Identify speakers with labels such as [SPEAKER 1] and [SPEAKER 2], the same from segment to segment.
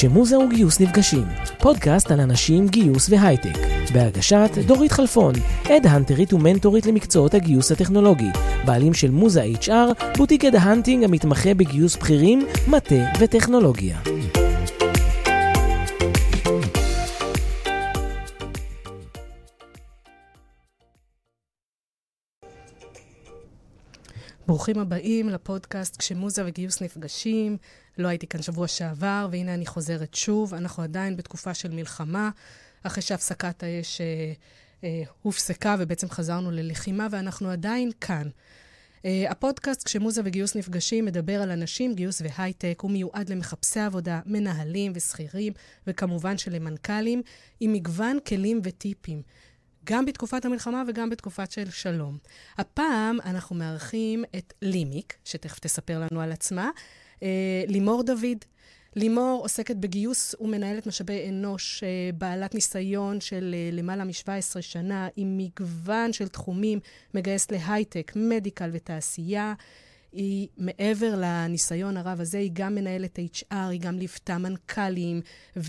[SPEAKER 1] כשמוזה וגיוס נפגשים, פודקאסט על אנשים, גיוס והייטק, בהגשת דורית חלפון, אד-הנטרית ומנטורית למקצועות הגיוס הטכנולוגי, בעלים של מוזה HR, בוטיק אד-הנטינג המתמחה בגיוס בכירים, מטה וטכנולוגיה.
[SPEAKER 2] ברוכים הבאים לפודקאסט כשמוזה וגיוס נפגשים. לא הייתי כאן שבוע שעבר, והנה אני חוזרת שוב. אנחנו עדיין בתקופה של מלחמה, אחרי שהפסקת האש הופסקה, ובעצם חזרנו ללחימה, ואנחנו עדיין כאן. הפודקאסט כשמוזה וגיוס נפגשים מדבר על אנשים, גיוס והייטק, הוא מיועד למחפשי עבודה, מנהלים ושכירים, וכמובן שלמנכ"לים, עם מגוון כלים וטיפים. גם בתקופת המלחמה וגם בתקופת של שלום. הפעם אנחנו מארחים את לימיק, שתכף תספר לנו על עצמה, לימור דוד. לימור עוסקת בגיוס ומנהלת משאבי אנוש, בעלת ניסיון של למעלה מ-17 שנה, עם מגוון של תחומים, מגייס להייטק, מדיקל ותעשייה. היא מעבר לניסיון הרב הזה, היא גם מנהלת HR, היא גם ליוותה מנכ"לים,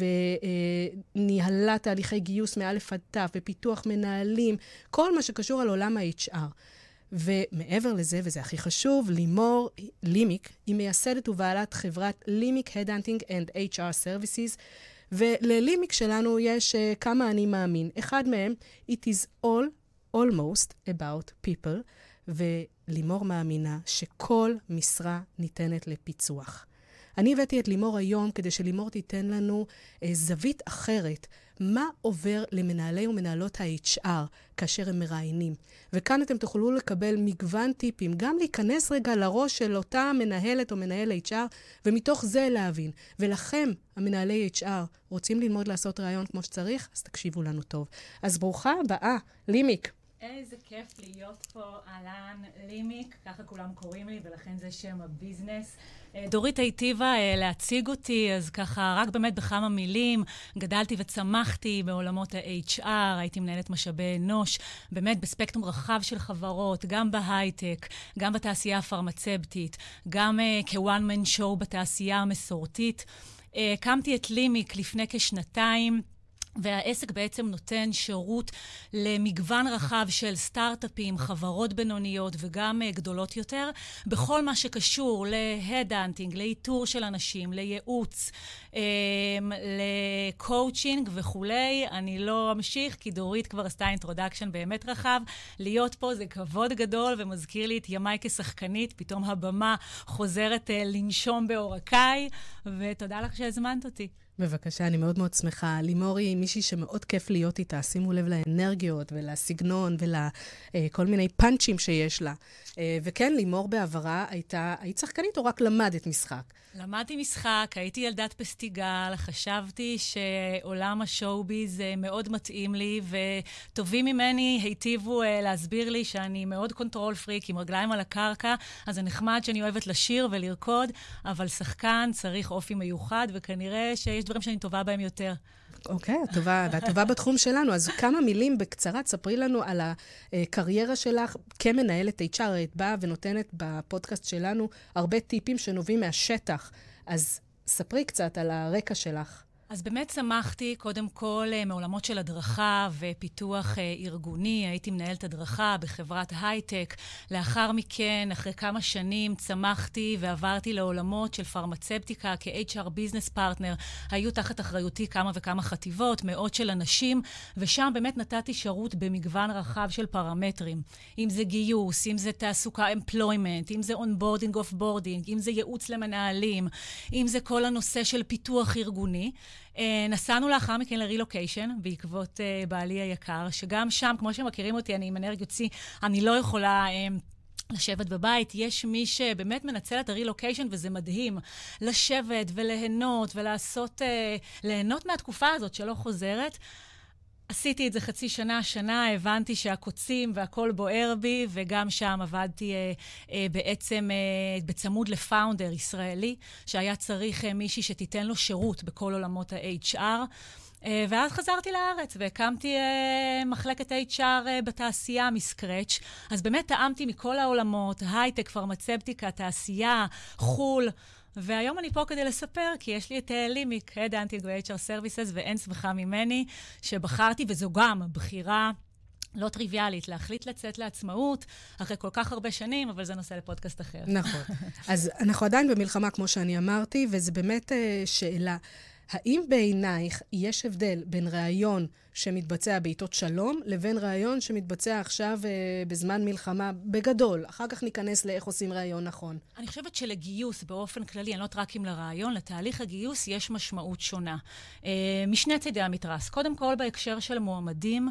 [SPEAKER 2] וניהלה תהליכי גיוס מאלף עד תף, ופיתוח מנהלים, כל מה שקשור על עולם ה-HR. ומעבר לזה, וזה הכי חשוב, לימיק, היא מייסדת ובעלת חברת לימיק Headhunting and HR Services, וללימיק שלנו יש כמה אני מאמין. אחד מהם, it is almost about people, ולימור מאמינה שכל משרה ניתנת לפיצוח. אני הבאתי את לימור היום כדי שלימור תיתן לנו זווית אחרת, מה עובר למנהלי ומנהלות ה-HR כאשר הם מראיינים. וכאן אתם תוכלו לקבל מגוון טיפים, גם להיכנס רגע לראש של אותה מנהלת או מנהל HR, ומתוך זה להבין. ולכם, המנהלי HR, רוצים ללמוד לעשות רעיון כמו שצריך? אז תקשיבו לנו טוב. אז ברוכה הבאה, לימיק.
[SPEAKER 3] איזה כיף להיות פה, אלן לימיק, ככה כולם קוראים לי, ולכן זה שם הביזנס. דורית היטיבה להציג אותי, אז ככה רק באמת בכמה מילים, גדלתי וצמחתי בעולמות ה-HR, הייתי מנהלת משאבי אנוש, באמת בספקטרום רחב של חברות, גם בהייטק, גם בתעשייה הפרמצבטית, גם כ-one man show בתעשייה המסורתית. הקמתי את לימיק לפני כשנתיים, והעסק בעצם נותן שירות למגוון רחב של סטארט-אפים, חברות בינוניות וגם גדולות יותר, בכל מה שקשור להדהנטינג, לאיתור של אנשים, לייעוץ, לקואוצ'ינג וכולי. אני לא אמשיך, כי דורית כבר עשתה אינטרודקשן באמת רחב. להיות פה זה כבוד גדול ומזכיר לי את ימיי כשחקנית, פתאום הבמה חוזרת לנשום בעורקיי, ותודה לך שהזמנת אותי.
[SPEAKER 2] בבקשה, אני מאוד מאוד שמחה. לימור היא מישהי שמאוד כיף להיות איתה. שימו לב לאנרגיות ולסגנון ולכל מיני פאנצ'ים שיש לה. וכן, לימור בעברה היית שחקנית או רק למדת משחק?
[SPEAKER 3] למדתי משחק, הייתי ילדת פסטיגל, חשבתי שעולם השואוביז מאוד מתאים לי, וטובים ממני היטיבו להסביר לי שאני מאוד קונטרול פריק, עם רגליים על הקרקע, אז זה נחמד שאני אוהבת לשיר ולרקוד, אבל שחקן צריך אופי מיוחד, וכנראה שיש דברים שאני טובה בהם יותר.
[SPEAKER 2] אוקיי, והטובה בתחום שלנו. אז כמה מילים בקצרה, תספרי לנו על הקריירה שלך כמנהלת HR. את באה ונותנת בפודקאסט שלנו הרבה טיפים שנובעים מהשטח. אז ספרי קצת על הרקע שלך.
[SPEAKER 3] אז באמת שמחתי קודם כל מעולמות של הדרכה ופיתוח ארגוני. הייתי מנהלת הדרכה בחברת הייטק. לאחר מכן, אחרי כמה שנים, צמחתי ועברתי לעולמות של פרמצבטיקה כ-HR ביזנס פרטנר. היו תחת אחריותי כמה וכמה חטיבות, מאות של אנשים, ושם באמת נתתי שירות במגוון רחב של פרמטרים. אם זה גיוס, אם זה תעסוקה, employment, אם זה onboarding, offboarding, אם זה ייעוץ למנהלים, אם זה כל הנושא של פיתוח ארגוני. נסענו לאחר מכן לרילוקיישן, בעקבות בעלי היקר, שגם שם, כמו שמכירים אותי, אני עם אנרגיות צי, אני לא יכולה לשבת בבית. יש מי שבאמת מנצל את הרילוקיישן, וזה מדהים, לשבת וליהנות ולעשות, ליהנות מהתקופה הזאת שלא חוזרת. עשיתי את זה חצי שנה, הבנתי שהקוצים והכל בוער בי, וגם שם עבדתי בעצם בצמוד לפאונדר ישראלי, שהיה צריך מישהי שתיתן לו שירות בכל עולמות ה-HR, ואז חזרתי לארץ והקמתי מחלקת HR בתעשייה מסקרץ'. אז באמת טעמתי מכל העולמות, הייטק, פרמצבטיקה, תעשייה, חול, והיום אני פה כדי לספר, כי יש לי את לימיק, Head Hunting ו-HR Services, ואין שמחה ממני שבחרתי, וזו גם בחירה לא טריוויאלית, להחליט לצאת לעצמאות, אחרי כל כך הרבה שנים, אבל זה נושא לפודקאסט אחר.
[SPEAKER 2] נכון. אז אנחנו עדיין במלחמה, כמו שאני אמרתי, וזה באמת שאלה. האם בעינייך יש הבדל בין רעיון שמתבצע בעיתות שלום, לבין רעיון שמתבצע עכשיו בזמן מלחמה בגדול? אחר כך ניכנס לאיך עושים רעיון נכון.
[SPEAKER 3] אני חושבת שלגיוס באופן כללי, אני לא רק עם לרעיון, לתהליך הגיוס יש משמעות שונה. משני צדי המתרס. קודם כל, בהקשר של מועמדים,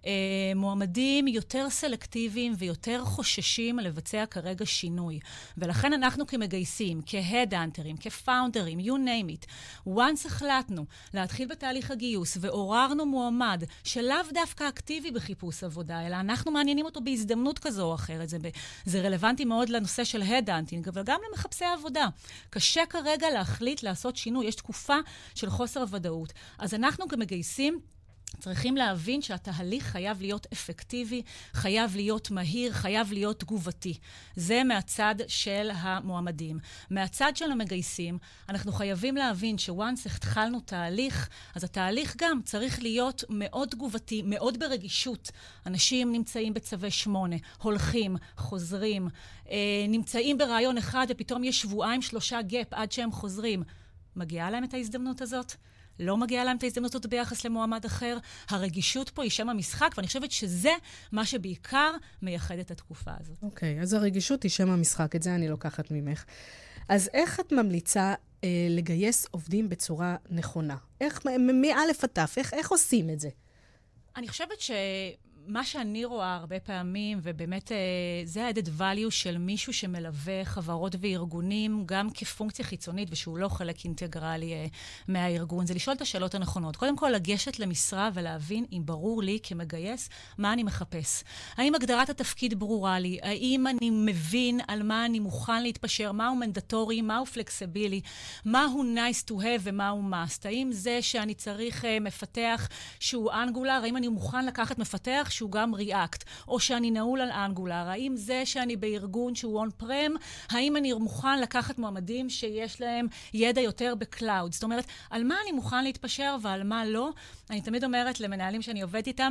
[SPEAKER 3] מועמדים יותר סלקטיביים ויותר חוששים לבצע כרגע שינוי. ולכן אנחנו כמגייסים, כהד-אנטרים, כפאונדרים, you name it, once החלטנו להתחיל בתהליך הגיוס ועוררנו מועמד שלאו דווקא אקטיבי בחיפוש עבודה, אלא אנחנו מעניינים אותו בהזדמנות כזו או אחרת. זה רלוונטי מאוד לנושא של headhunting, אבל גם למחפשי עבודה. קשה כרגע להחליט לעשות שינוי, יש תקופה של חוסר ודאות. אז אנחנו כמגייסים צריכים להבין שהתהליך חייב להיות אפקטיבי, חייב להיות מהיר, חייב להיות תגובתי. זה מהצד של המועמדים. מהצד של המגייסים, אנחנו חייבים להבין שוואנס התחלנו תהליך, אז התהליך גם צריך להיות מאוד תגובתי, מאוד ברגישות. אנשים נמצאים בצווי 8, הולכים, חוזרים, נמצאים ברעיון אחד ופתאום יש 2-3 גאפ עד שהם חוזרים. מגיעה להם את ההזדמנות הזאת? לא מגיעה להם את ההזדמנות הזאת ביחס למועמד אחר. הרגישות פה היא שם המשחק, ואני חושבת שזה מה שבעיקר מייחד את התקופה הזאת.
[SPEAKER 2] אוקיי, אז הרגישות היא שם המשחק, את זה אני לוקחת ממך. אז איך את ממליצה לגייס עובדים בצורה נכונה? מאלף עד תף, איך עושים את זה?
[SPEAKER 3] אני חושבת מה שאני רואה הרבה פעמים, ובאמת זה ה-added value של מישהו שמלווה חברות וארגונים, גם כפונקציה חיצונית, ושהוא לא חלק אינטגרלי מהארגון, זה לשאול את השאלות הנכונות. קודם כל, לגשת למשרה ולהבין אם ברור לי כמגייס מה אני מחפש. האם הגדרת התפקיד ברורה לי? האם אני מבין על מה אני מוכן להתפשר? מהו מנדטורי? מהו פלקסיבילי? מהו nice to have ומהו must? האם זה שאני צריך מפתח שהוא אנגולר? האם אני מוכן לקחת מפתח שהוא גם React, או שאני נעול על אנגולר? האם זה שאני בארגון שהוא on-prem, האם אני מוכן לקחת מועמדים שיש להם ידע יותר בקלאוד? זאת אומרת, על מה אני מוכן להתפשר ועל מה לא? אני תמיד אומרת למנהלים שאני עובדת איתם,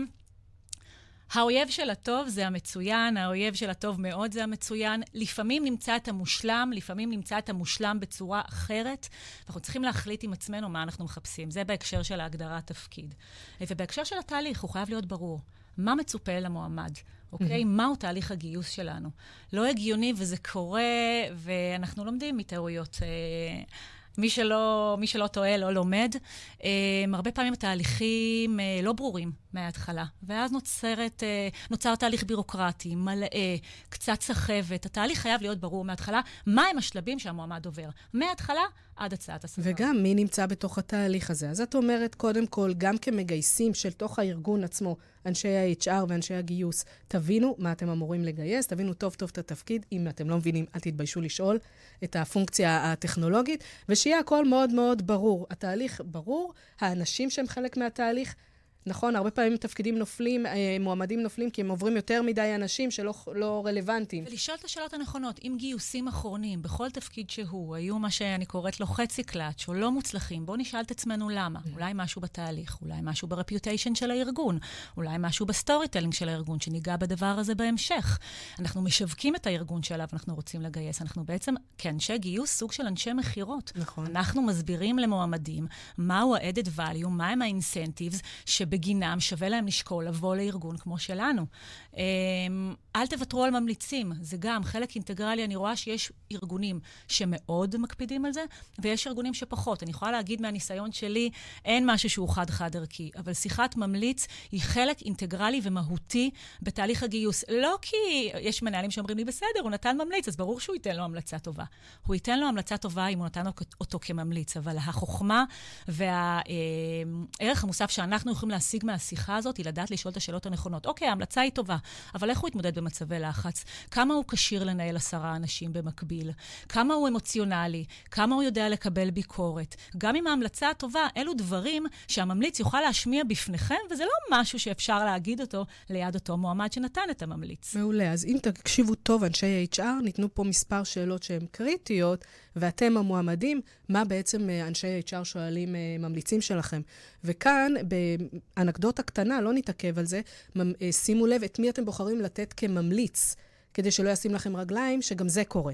[SPEAKER 3] האויב של הטוב זה המצוין, האויב של הטוב מאוד זה המצוין. לפעמים נמצא את המושלם, לפעמים נמצא את המושלם בצורה אחרת, ואנחנו צריכים להחליט עם עצמנו מה אנחנו מחפשים. זה בהקשר של ההגדרת תפקיד. ובהקשר של התהליך הוא חייב להיות ברור. מה מצופה למועמד? אוקיי? מהו תהליך הגיוס שלנו? לא הגיוני, וזה קורה, ואנחנו לומדים מטעויות. מי שלא טועה, לא לומד. הרבה פעמים התהליכים לא ברורים מההתחלה, ואז נוצר תהליך בירוקרטי, מלא, קצת סחבת. התהליך חייב להיות ברור מההתחלה, מהם השלבים שהמועמד עובר. מההתחלה עד הצעת השכר.
[SPEAKER 2] וגם מי נמצא בתוך התהליך הזה. אז את אומרת, קודם כל, גם כמגייסים של תוך הארגון עצמו, אנשי ה-HR ואנשי הגיוס, תבינו מה אתם אמורים לגייס, תבינו טוב טוב את התפקיד. אם אתם לא מבינים, אל תתביישו לשאול את הפונקציה הטכנולוגית, ושיהיה הכל מאוד מאוד ברור. התהליך ברור, האנשים שהם חלק מהתהליך, נכון, הרבה פעמים תפקידים נופלים, מועמדים נופלים, כי הם עוברים יותר מדי אנשים שלא רלוונטיים.
[SPEAKER 3] ולשאול את השאלות הנכונות, אם גיוסים אחרונים, בכל תפקיד שהוא, היו מה שאני קוראת לו חצי קלאץ', או לא מוצלחים, בואו נשאל את עצמנו למה. אולי משהו בתהליך, אולי משהו ברפיוטיישן של הארגון, אולי משהו בסטורי טלינג של הארגון, שניגע בדבר הזה בהמשך. אנחנו משווקים את הארגון שאליו אנחנו רוצים לגייס. אנחנו בעצם, כאנשי גיוס, סוג של אנשי מחירות. נכון. אנחנו מסבירים למועמדים מהו ה-added value, מהם ה-incentives שבגינם שווה להם לשקול לבוא לארגון כמו שלנו. אל תוותרו על ממליצים, זה גם חלק אינטגרלי. אני רואה שיש ארגונים שמאוד מקפידים על זה, ויש ארגונים שפחות. אני יכולה להגיד מהניסיון שלי, אין משהו שהוא חד ערכי, אבל שיחת ממליץ היא חלק אינטגרלי ומהותי בתהליך הגיוס. לא כי יש מנהלים שאומרים לי, בסדר, הוא נתן ממליץ, אז ברור שהוא ייתן לו המלצה טובה. הוא ייתן לו המלצה טובה אם הוא נתן אותו כממליץ, אבל החוכמה והערך המוסף שאנחנו יכולים להשיג מהשיחה הזאת, היא לדעת לשאול את השאלות הנכונות. אוקיי, ההמלצה היא טובה, אבל איך הוא יתמודד במצבי לחץ? כמה הוא קשיר לנהל 10 אנשים במקביל? כמה הוא אמוציונלי? כמה הוא יודע לקבל ביקורת? גם עם ההמלצה הטובה, אלו דברים שהממליץ יוכל להשמיע בפניכם, וזה לא משהו שאפשר להגיד אותו ליד אותו מועמד שנתן את הממליץ.
[SPEAKER 2] מעולה. אז אם תקשיבו טוב, אנשי HR, ניתנו פה מספר שאלות שהן קריטיות, ואתם המועמדים, מה בעצם אנשי HR שואלים ממליצים שלכם. וכאן, באנקדוטה קטנה, לא נתעכב על זה, שימו לב את מי אתם בוחרים לתת כממליץ, כדי שלא ישים לכם רגליים, שגם זה קורה.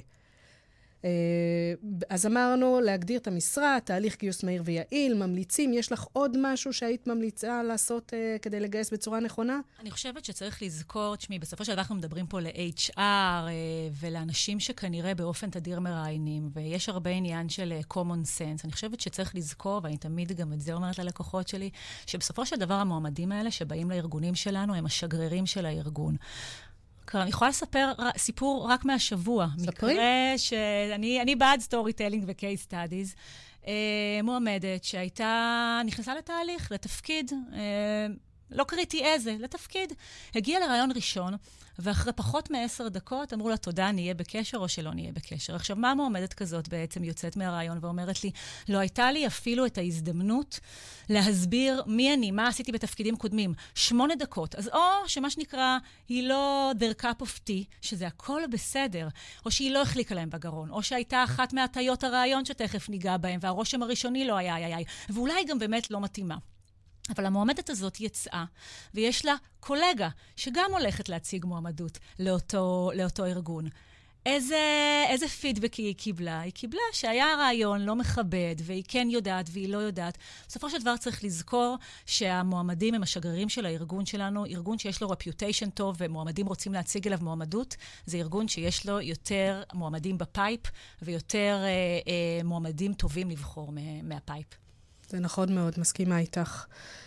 [SPEAKER 2] אז אמרנו להגדיר את המשרה, תהליך גיוס מהיר ויעיל, ממליצים, יש לך עוד משהו שהיית ממליצה לעשות כדי לגייס בצורה נכונה?
[SPEAKER 3] אני חושבת שצריך לזכור, תשמעי, בסופו של דבר אנחנו מדברים פה ל-HR ולאנשים שכנראה באופן תדיר מראיינים, ויש הרבה עניין של common sense. אני חושבת שצריך לזכור, ואני תמיד גם את זה אומרת ללקוחות שלי, שבסופו של דבר המועמדים האלה שבאים לארגונים שלנו הם השגרירים של הארגון. אני יכולה לספר סיפור רק מהשבוע.
[SPEAKER 2] ספרי.
[SPEAKER 3] מקרה שאני בעד סטורי טיילינג וקייס סטאדיז, מועמדת נכנסה לתהליך, לתפקיד, לא קריטי איזה, לתפקיד. הגיעה לרעיון ראשון, ואחרי פחות מ10 דקות אמרו לה, תודה, נהיה בקשר או שלא נהיה בקשר. עכשיו, מה מועמדת כזאת בעצם יוצאת מהרעיון ואומרת לי, לא הייתה לי אפילו את ההזדמנות להסביר מי אני, מה עשיתי בתפקידים קודמים. 8 דקות. אז או שמה שנקרא, היא לא their cup of tea, שזה הכל בסדר, או שהיא לא החליקה להם בגרון, או שהייתה אחת מהטיות הרעיון שתכף ניגע בהם, והרושם הראשוני לא היה, ואולי גם באמת לא מתאימה. אבל המועמדת הזאת יצאה, ויש לה קולגה שגם הולכת להציג מועמדות לאותו ארגון. איזה פידבק היא קיבלה? היא קיבלה שהיה רעיון לא מכבד, והיא כן יודעת והיא לא יודעת. בסופו של דבר צריך לזכור שהמועמדים הם השגרירים של הארגון שלנו, ארגון שיש לו רפיוטיישן טוב, ומועמדים רוצים להציג אליו מועמדות, זה ארגון שיש לו יותר מועמדים בפייפ, ויותר מועמדים טובים לבחור מהפייפ.
[SPEAKER 2] זה נכון מאוד, מסכימה איתך.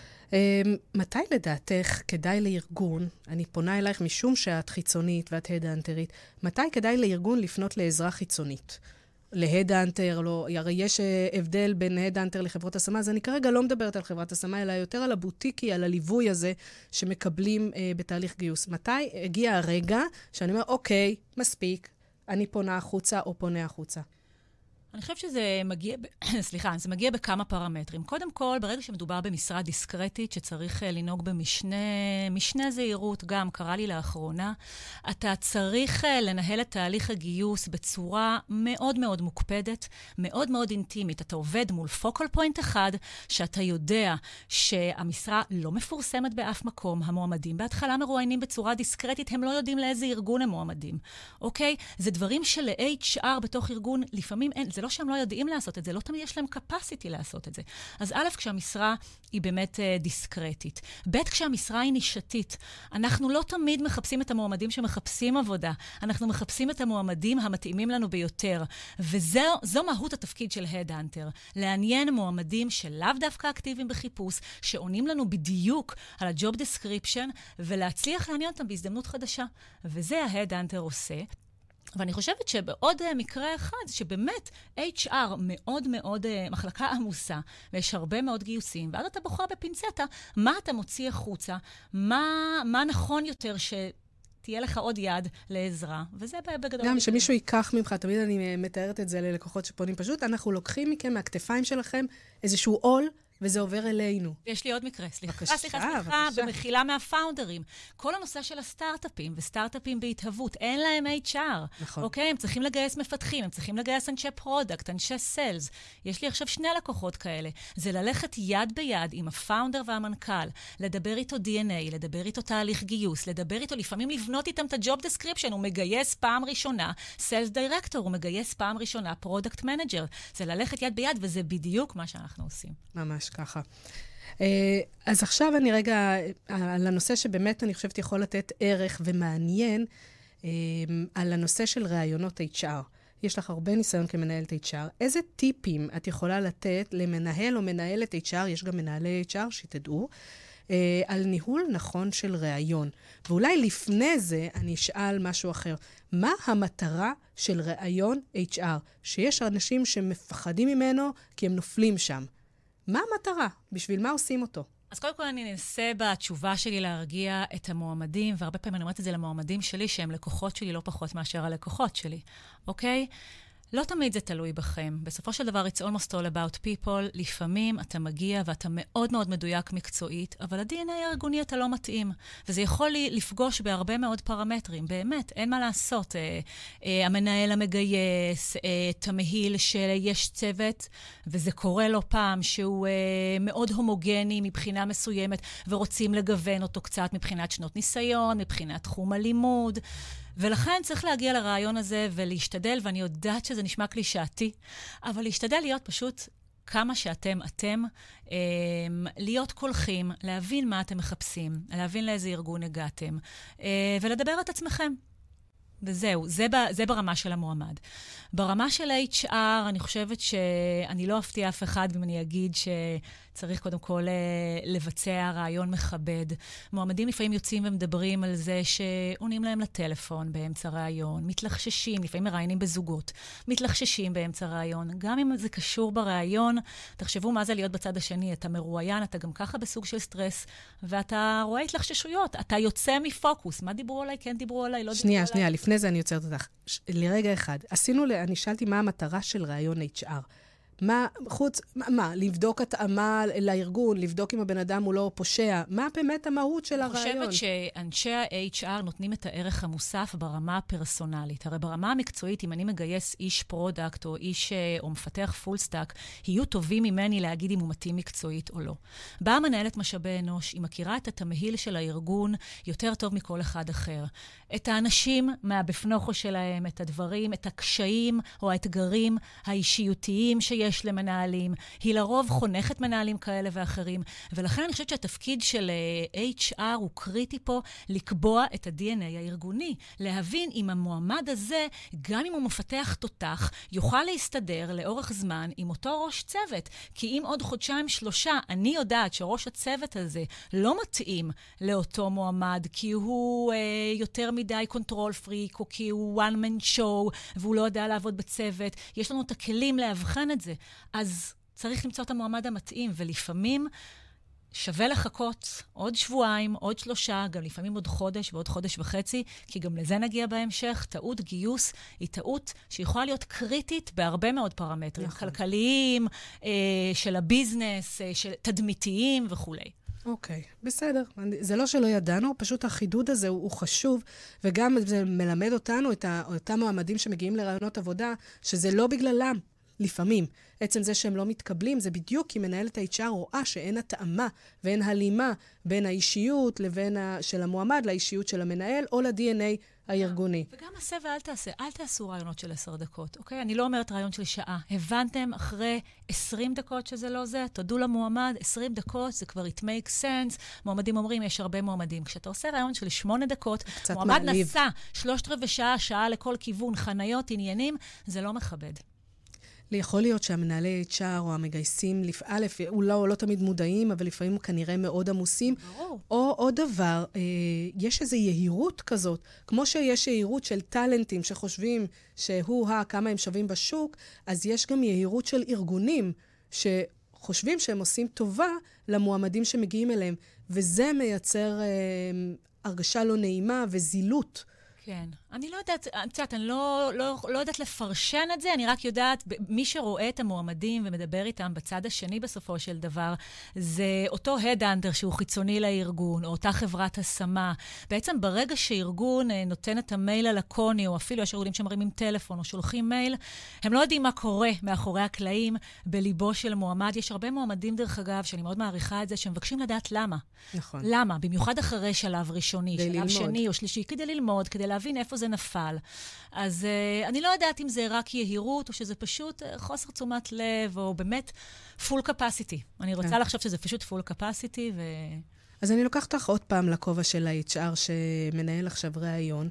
[SPEAKER 2] מתי לדעתך כדאי לארגון, אני פונה אלייך משום שאת חיצונית ואת הדאנטרית, מתי כדאי לארגון לפנות לעזרה חיצונית? להדאנטר, לא, הרי יש הבדל בין הדאנטר לחברות השמה, אז אני כרגע לא מדברת על חברת השמה, אלא יותר על הבוטיקי, על הליווי הזה שמקבלים בתהליך גיוס. מתי הגיע הרגע שאני אומר, אוקיי, מספיק, אני פונה החוצה או פונה החוצה?
[SPEAKER 3] אני חושבת שזה מגיע, זה מגיע בכמה פרמטרים. קודם כל, ברגע שמדובר במשרה דיסקרטית, שצריך לנהוג במשנה זהירות, גם קרה לי לאחרונה, אתה צריך לנהל את תהליך הגיוס בצורה מאוד מאוד מוקפדת, מאוד מאוד אינטימית. אתה עובד מול פוקל פוינט אחד, שאתה יודע שהמשרה לא מפורסמת באף מקום. המועמדים בהתחלה מרואיינים בצורה דיסקרטית, הם לא יודעים לאיזה ארגון הם מועמדים. אוקיי? זה דברים של-HR בתוך ארגון, לפעמים אין, זה לא שהם לא יודעים לעשות את זה, לא תמיד יש להם capacity לעשות את זה. אז א', כשהמשרה היא באמת דיסקרטית. ב', כשהמשרה היא נישתית. אנחנו לא תמיד מחפשים את המועמדים שמחפשים עבודה. אנחנו מחפשים את המועמדים המתאימים לנו ביותר. וזו מהות התפקיד של הדאנטר. לעניין מועמדים שלאו דווקא אקטיביים בחיפוש, שעונים לנו בדיוק על ה-job description, ולהצליח לעניין אותם בהזדמנות חדשה. וזה ההדאנטר עושה. ואני חושבת שבעוד מקרה אחד, שבאמת HR מאוד מאוד מחלקה עמוסה, ויש הרבה מאוד גיוסים, ואז אתה בוחר בפינצטה, מה אתה מוציא החוצה, מה נכון יותר שתהיה לך עוד יד לעזרה, וזה בגדול.
[SPEAKER 2] גם שמישהו ייקח ממך, תמיד אני מתארת את זה ללקוחות שפונים פשוט, אנחנו לוקחים מכם, מהכתפיים שלכם, איזשהו עול, וזה עובר אלינו.
[SPEAKER 3] יש לי עוד מקרה, סליחה,
[SPEAKER 2] בבקשה.
[SPEAKER 3] במחילה מהפאונדרים. כל הנושא של הסטארט-אפים, וסטארט-אפים בהתהוות, אין להם HR.
[SPEAKER 2] נכון.
[SPEAKER 3] אוקיי, הם צריכים לגייס מפתחים, הם צריכים לגייס אנשי פרודקט, אנשי סיילס. יש לי עכשיו 2 לקוחות כאלה. זה ללכת יד ביד עם הפאונדר והמנכ"ל, לדבר איתו DNA, לדבר איתו תהליך גיוס, לדבר איתו, לפעמים לבנות איתם את ה-job description, הוא מגייס פעם ראשונה, סיילס דירקטור, הוא מגייס פעם ראשונה, פרודקט מנג'ר. זה ללכת יד ביד, וזה בדיוק מה שאנחנו עושים.
[SPEAKER 2] ממש ככה. אז עכשיו אני רגע, על הנושא שבאמת אני חושבת יכול לתת ערך ומעניין, על הנושא של רעיונות HR. יש לך הרבה ניסיון כמנהלת HR. איזה טיפים את יכולה לתת למנהל או מנהלת HR, יש גם מנהלי HR שתדעו, על ניהול נכון של רעיון. ואולי לפני זה אני אשאל משהו אחר. מה המטרה של רעיון HR? שיש אנשים שמפחדים ממנו כי הם נופלים שם. מה המטרה? בשביל מה עושים אותו?
[SPEAKER 3] אז קודם כל אני אנסה בתשובה שלי להרגיע את המועמדים, והרבה פעמים אני אומרת את זה למועמדים שלי, שהם לקוחות שלי לא פחות מאשר הלקוחות שלי, אוקיי? לא תמיד זה תלוי בכם. בסופו של דבר, it's almost all about people. לפעמים אתה מגיע ואתה מאוד מאוד מדויק מקצועית, אבל ה-DNA הארגוני אתה לא מתאים. וזה יכול לפגוש בהרבה מאוד פרמטרים. באמת, אין מה לעשות. המנהל המגייס, תמהיל שיש צוות, וזה קורה לו פעם שהוא מאוד הומוגני מבחינה מסוימת, ורוצים לגוון אותו קצת מבחינת שנות ניסיון, מבחינת תחום הלימוד. ולכן צריך להגיע לרעיון הזה ולהשתדל, ואני יודעת שזה נשמע קלישאתי, אבל להשתדל להיות פשוט כמה שאתם, להיות קולחים, להבין מה אתם מחפשים, להבין לאיזה ארגון הגעתם, ולדבר את עצמכם. וזהו, זה ברמה של המועמד. ברמה של HR, אני חושבת שאני לא אפתיע אף אחד אם אני אגיד שצריך קודם כל לבצע רעיון מכבד. מועמדים לפעמים יוצאים ומדברים על זה שעונים להם לטלפון באמצע רעיון, מתלחששים, לפעמים מראיינים בזוגות, מתלחששים באמצע רעיון. גם אם זה קשור ברעיון, תחשבו מה זה להיות בצד השני. אתה מרואיין, אתה גם ככה בסוג של סטרס, ואתה רואה התלחששויות, אתה יוצא מפוקוס. מה דיברו עליי? כן דיברו עליי, לא דיברו עליי.
[SPEAKER 2] שנייה, לפני זה אני יוצרת אותך. לרגע אחד, אני שאלתי מה המטרה של רעיון HR. לבדוק התאמה לארגון, לבדוק אם הבן אדם הוא לא פושע. מה באמת המהות של הרעיון?
[SPEAKER 3] אני חושבת שאנשי ה-HR נותנים את הערך המוסף ברמה הפרסונלית. הרי ברמה המקצועית, אם אני מגייס איש פרודקט או איש או מפתח פול סטאק, יהיו טובים ממני להגיד אם הוא מתאים מקצועית או לא. באה מנהלת משאבי אנוש, היא מכירה את התמהיל של הארגון יותר טוב מכל אחד אחר. את האנשים מהבפנוכו שלהם, את הדברים, את הקשיים או האתגרים האישיותיים שיש למנהלים. היא לרוב חונכת מנהלים כאלה ואחרים, ולכן אני חושבת שהתפקיד של HR הוא קריטי פה לקבוע את ה-DNA הארגוני, להבין אם המועמד הזה, גם אם הוא מפתח תותח, יוכל להסתדר לאורך זמן עם אותו ראש צוות, כי אם עוד חודשיים 3, אני יודעת שראש הצוות הזה לא מתאים לאותו מועמד, כי הוא יותר מדי קונטרול פריק, או כי הוא one man show, והוא לא יודע לעבוד בצוות, יש לנו את הכלים להבחן את זה. אז צריך למצוא את המועמד המתאים, ולפעמים שווה לחכות עוד שבועיים, עוד 3, גם לפעמים עוד חודש ועוד חודש וחצי, כי גם לזה נגיע בהמשך. טעות גיוס היא טעות שיכולה להיות קריטית בהרבה מאוד פרמטרים, כלכליים, של הביזנס, של תדמיתיים וכו'.
[SPEAKER 2] אוקיי, בסדר. זה לא שלא ידענו, פשוט החידוד הזה הוא חשוב, וגם זה מלמד אותנו, את אותם מועמדים שמגיעים לרעיונות עבודה, שזה לא בגללם. לפעמים. עצם זה שהם לא מתקבלים, זה בדיוק כי מנהלת ה-HR רואה שאין התאמה ואין הלימה בין האישיות של המועמד לאישיות של המנהל או ל-DNA הארגוני.
[SPEAKER 3] וגם עשה ואל תעשה. אל תעשו רעיונות של 10 דקות, אוקיי? אני לא אומרת רעיון של שעה. הבנתם אחרי 20 דקות שזה לא זה? תודו למועמד, 20 דקות, זה כבר it makes sense. מועמדים אומרים, יש הרבה מועמדים. כשאתה עושה רעיון של 8 דקות, מועמד נסע 3/4 שעה, שעה לכל כיוון, חניות, עניינים, זה לא מכבד.
[SPEAKER 2] יכול להיות שהמנהלי HR או המגייסים, לא תמיד מודעים, אבל לפעמים כנראה מאוד עמוסים.
[SPEAKER 3] ברור.
[SPEAKER 2] או עוד דבר, יש איזו יהירות כזאת, כמו שיש יהירות של טלנטים שחושבים כמה הם שווים בשוק, אז יש גם יהירות של ארגונים שחושבים שהם עושים טובה למועמדים שמגיעים אליהם, וזה מייצר הרגשה לא נעימה וזילות.
[SPEAKER 3] כן. אני לא יודעת, אני לא יודעת לפרשן את זה, אני רק יודעת, מי שרואה את המועמדים ומדבר איתם בצד השני בסופו של דבר, זה אותו הדאנטר שהוא חיצוני לארגון, או אותה חברת השמה. בעצם ברגע שארגון נותן את המייל הלקוני, או אפילו יש ארגונים שמרימים טלפון או שולחים מייל, הם לא יודעים מה קורה מאחורי הקלעים בליבו של מועמד. יש הרבה מועמדים דרך אגב, שאני מאוד מעריכה את זה, שמבקשים לדעת למה.
[SPEAKER 2] נכון.
[SPEAKER 3] למה? במיוחד אחרי שלב ראשוני, שלב שני או שלישי, כדי ללמוד, כדי להבין איפה זה נפל. אז אני לא יודעת אם זה רק יהירות, או שזה פשוט חוסר תשומת לב, או באמת full capacity. אני רוצה לחשוב שזה פשוט full capacity,
[SPEAKER 2] אז אני לוקחת לך עוד פעם לכובע של ה-HR שמנהל עכשיו ראיון,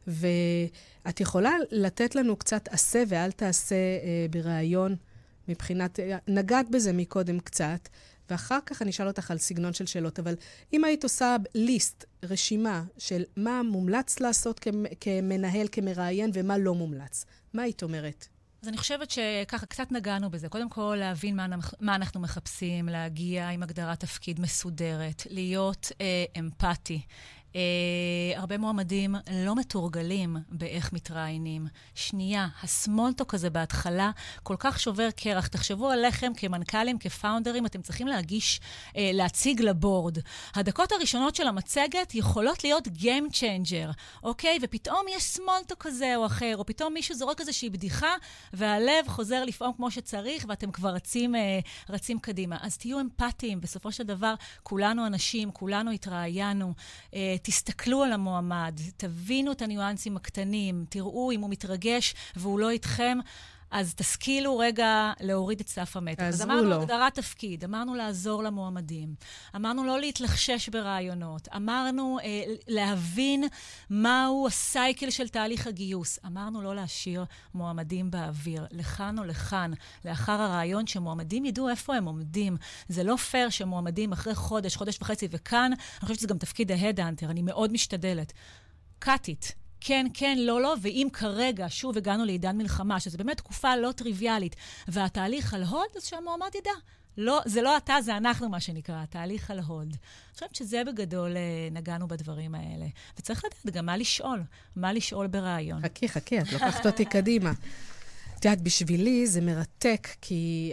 [SPEAKER 2] ואת יכולה לתת לנו קצת עשה ואל תעשה בראיון, מבחינת, נגעת בזה מקודם קצת, ואחר כך אני אשאל אותך על סגנון של שאלות, אבל אם היית עושה ליסט, רשימה של מה מומלץ לעשות כמנהל, כמראיין, ומה לא מומלץ, מה היית אומרת?
[SPEAKER 3] אז אני חושבת שככה קצת נגענו בזה. קודם כל, להבין מה אנחנו מחפשים, להגיע עם הגדרת תפקיד מסודרת, להיות אמפתי. הרבה מועמדים לא מתורגלים באיך מתראיינים. שנייה, הסמולטוק הזה בהתחלה כל כך שובר קרח. תחשבו עליכם כמנכ"לים, כפאונדרים, אתם צריכים להציג לבורד. הדקות הראשונות של המצגת יכולות להיות game changer, אוקיי? ופתאום יש סמולטוק כזה או אחר, או פתאום מישהו זורק איזושהי בדיחה, והלב חוזר לפעום כמו שצריך, ואתם כבר רצים קדימה. אז תהיו אמפתיים, בסופו של דבר, כולנו אנשים, כולנו התראיינו, תסתכלו על המועמד, תבינו את הניואנסים הקטנים, תראו אם הוא מתרגש והוא לא איתכם, אז תשכילו רגע להוריד את סף המתח. אז אמרנו הגדרת תפקיד, אמרנו לעזור למועמדים, אמרנו לא להתלחשש ברעיונות, אמרנו להבין מהו הסייקל של תהליך הגיוס, אמרנו לא להשאיר מועמדים באוויר, לכאן או לכאן, לאחר הרעיון שמועמדים ידעו איפה הם עומדים. זה לא פייר שמועמדים אחרי חודש, חודש וחצי, וכאן, אני חושבת שזה גם תפקיד ההדהנטר, אני מאוד משתדלת. קאטית. כן, כן, לא, לא, ואם כרגע שוב הגענו לעידן מלחמה, שזו באמת תקופה לא טריוויאלית, והתהליך על הולד, אז שהמועמד ידע. לא, זה לא אתה, זה אנחנו, מה שנקרא, התהליך על הולד. אני חושבת שזה בגדול נגענו בדברים האלה. וצריך לדעת גם מה לשאול ברעיון.
[SPEAKER 2] חכי, את לוקחת אותי קדימה. את יודעת, בשבילי זה מרתק, כי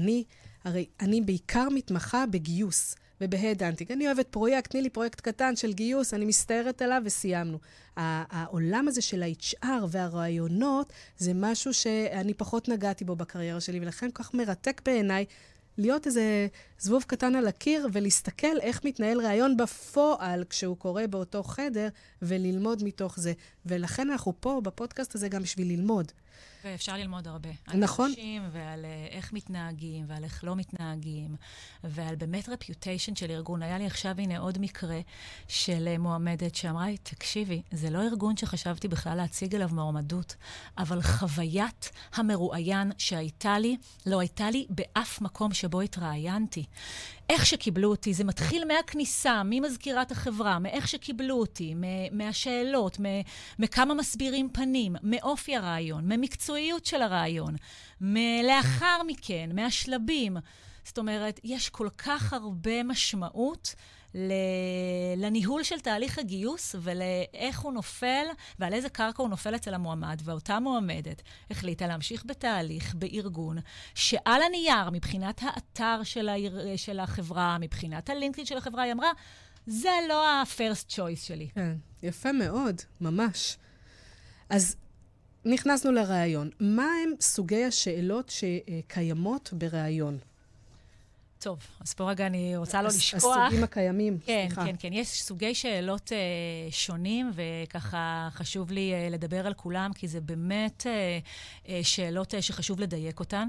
[SPEAKER 2] אני בעיקר מתמחה בגיוס. ובהדהנטינג. אני אוהבת פרויקט, תני לי פרויקט קטן של גיוס, אני מסתערת עליו וסיימנו. העולם הזה של ה-HR והרעיונות, זה משהו שאני פחות נגעתי בו בקריירה שלי, ולכן כך מרתק בעיניי, להיות איזה זבוב קטן על הקיר, ולהסתכל איך מתנהל רעיון בפועל, כשהוא קורה באותו חדר, וללמוד מתוך זה. ולכן אנחנו פה בפודקאסט הזה גם בשביל ללמוד.
[SPEAKER 3] ואפשר ללמוד הרבה.
[SPEAKER 2] נכון.
[SPEAKER 3] על אנשים ועל איך מתנהגים ועל איך לא מתנהגים, ועל באמת רפיוטיישן של ארגון. היה לי עכשיו הנה עוד מקרה של מועמדת שאמרה לי, תקשיבי, זה לא ארגון שחשבתי בכלל להציג אליו מועמדות, אבל חוויית המרואיין שהייתה לי, לא הייתה לי באף מקום שבו התראיינתי. איך שקיבלו אותי, זה מתחיל מהכניסה, ממזכירת החברה, מאיך שקיבלו אותי, מהשאלות, מכמה מסבירים פנים, מאופי הרעיון, ממקצועיות של הרעיון, לאחר מכן, מהשלבים. זאת אומרת, יש כל כך הרבה משמעות לניהול של תהליך הגיוס ולאיך הוא נופל ועל איזה קרקע הוא נופל אצל המועמד. ואותה מועמדת החליטה להמשיך בתהליך בארגון שעל הנייר, מבחינת האתר של החברה, מבחינת הלינקדאין של החברה, היא אמרה, זה לא ה-first choice שלי.
[SPEAKER 2] כן, יפה מאוד, ממש. אז נכנסנו לרעיון. מה הם סוגי השאלות שקיימות ברעיון?
[SPEAKER 3] טוב, אז פה רגע אני רוצה לא לשכוח.
[SPEAKER 2] הסוגים הקיימים,
[SPEAKER 3] כן,
[SPEAKER 2] סליחה.
[SPEAKER 3] כן, כן. יש סוגי שאלות שונים, וככה חשוב לי לדבר על כולם, כי זה באמת שאלות שחשוב לדייק אותן,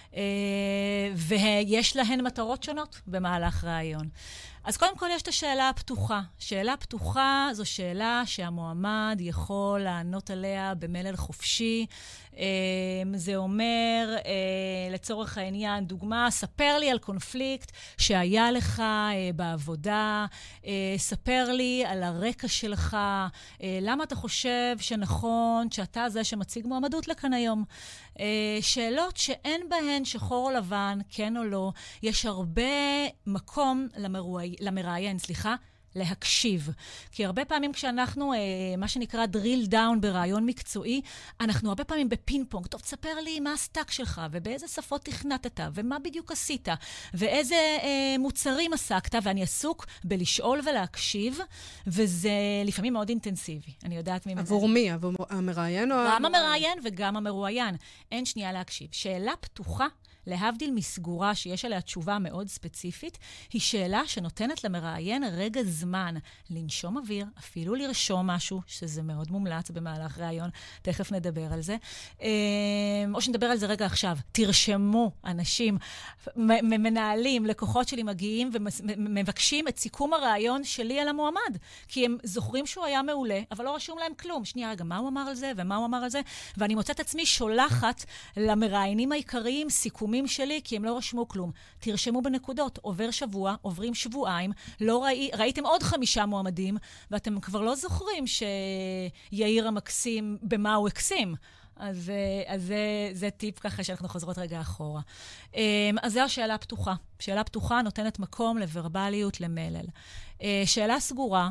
[SPEAKER 3] ויש להן מטרות שונות במהלך רעיון. אז קודם כל יש את השאלה הפתוחה. שאלה פתוחה זו שאלה שהמועמד יכול לענות עליה במלל חופשי. זה אומר, לצורך העניין, דוגמה, ספר לי על קונפליקט שהיה לך בעבודה, ספר לי על הרקע שלך, למה אתה חושב שנכון שאתה זה שמציג מועמדות לכאן היום. שאלות שאין בהן שחור או לבן, כן או לא, יש הרבה מקום למראיין, להקשיב. כי הרבה פעמים כשאנחנו, מה שנקרא drill down ברעיון מקצועי, אנחנו הרבה פעמים בפינג פונג. טוב, תספר לי מה הסטאק שלך, ובאיזה שפות תכנתת, ומה בדיוק עשית, ואיזה מוצרים עסקת, ואני עסוק בלשאול ולהקשיב, וזה לפעמים מאוד אינטנסיבי. אני יודעת מי...
[SPEAKER 2] עבור מי? עבור המראיין או...
[SPEAKER 3] גם המראיין וגם המרואיין. אין שנייה להקשיב. שאלה פתוחה, להבדיל מסגורה שיש עליה תשובה מאוד ספציפית, היא שאלה שנותנת למראיין רגע זמן לנשום אוויר, אפילו לרשום משהו, שזה מאוד מומלץ במהלך ראיון, תכף נדבר על זה. או שנדבר על זה רגע עכשיו. תרשמו אנשים, מנהלים, לקוחות שלי מגיעים ומבקשים את סיכום הראיון שלי על המועמד, כי הם זוכרים שהוא היה מעולה, אבל לא רשום להם כלום. שנייה רגע, מה הוא אמר על זה ומה הוא אמר על זה? ואני מוצאת עצמי שולחת למראיינים העיקריים סיכום שלי, כי הם לא רשמו כלום. תרשמו בנקודות. עובר שבוע, עוברים שבועיים, לא ראיתם עוד 5 מועמדים, ואתם כבר לא זוכרים שיאיר המקסים במה הוא הקסים. אז זה טיפ ככה שאנחנו חוזרות רגע אחורה. אז זו השאלה הפתוחה. שאלה פתוחה נותנת מקום לוורבליות, למלל. שאלה סגורה,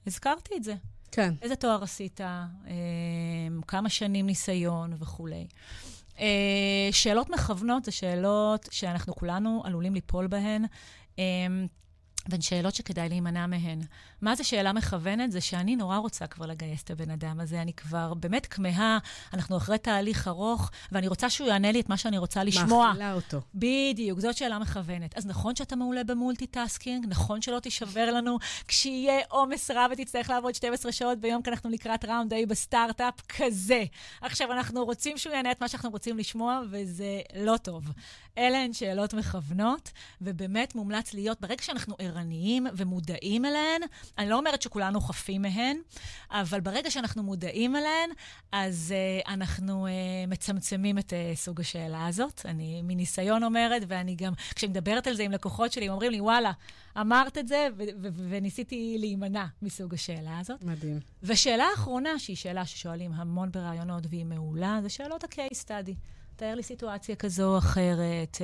[SPEAKER 3] הזכרתי את זה.
[SPEAKER 2] כן.
[SPEAKER 3] איזה תואר עשית, כמה שנים ניסיון וכו'. שאלות מכוונות זה שאלות שאנחנו כולנו עלולים ליפול בהן, והן שאלות שכדאי להימנע מהן. מה זה שאלה מכוונת? זה שאני נורא רוצה כבר לגייס את הבן אדם הזה. אני כבר באמת כמהה, אנחנו אחרי תהליך ארוך, ואני רוצה שהוא יענה לי את מה שאני רוצה לשמוע.
[SPEAKER 2] מאכילה אותו.
[SPEAKER 3] בדיוק, זאת שאלה מכוונת. אז נכון שאתה מעולה במולטיטאסקינג, נכון שלא תישבר לנו כשיהיה עומס רב ותצטרך לעבוד 12 שעות ביום, כי אנחנו לקראת ראונד איי בסטארט-אפ כזה. עכשיו, אנחנו רוצים שהוא יענה את מה שאנחנו רוצים לשמוע, וזה לא טוב. אלה הן שאלות מכוונות, ובאמת מומלץ להיות, ברגע שאנחנו ערניים ומודעים אליהן, אני לא אומרת שכולנו חפים מהן, אבל ברגע שאנחנו מודעים אליהן, אז אנחנו מצמצמים את סוג השאלה הזאת. אני מניסיון אומרת, ואני גם, כשאני מדברת על זה עם לקוחות שלי, הם אומרים לי, וואלה, אמרת את זה, וניסיתי להימנע מסוג השאלה הזאת.
[SPEAKER 2] מדהים.
[SPEAKER 3] ושאלה האחרונה, שהיא שאלה ששואלים המון ברעיונות והיא מעולה, זה שאלות ה-case study. תאר לי סיטואציה כזו או אחרת,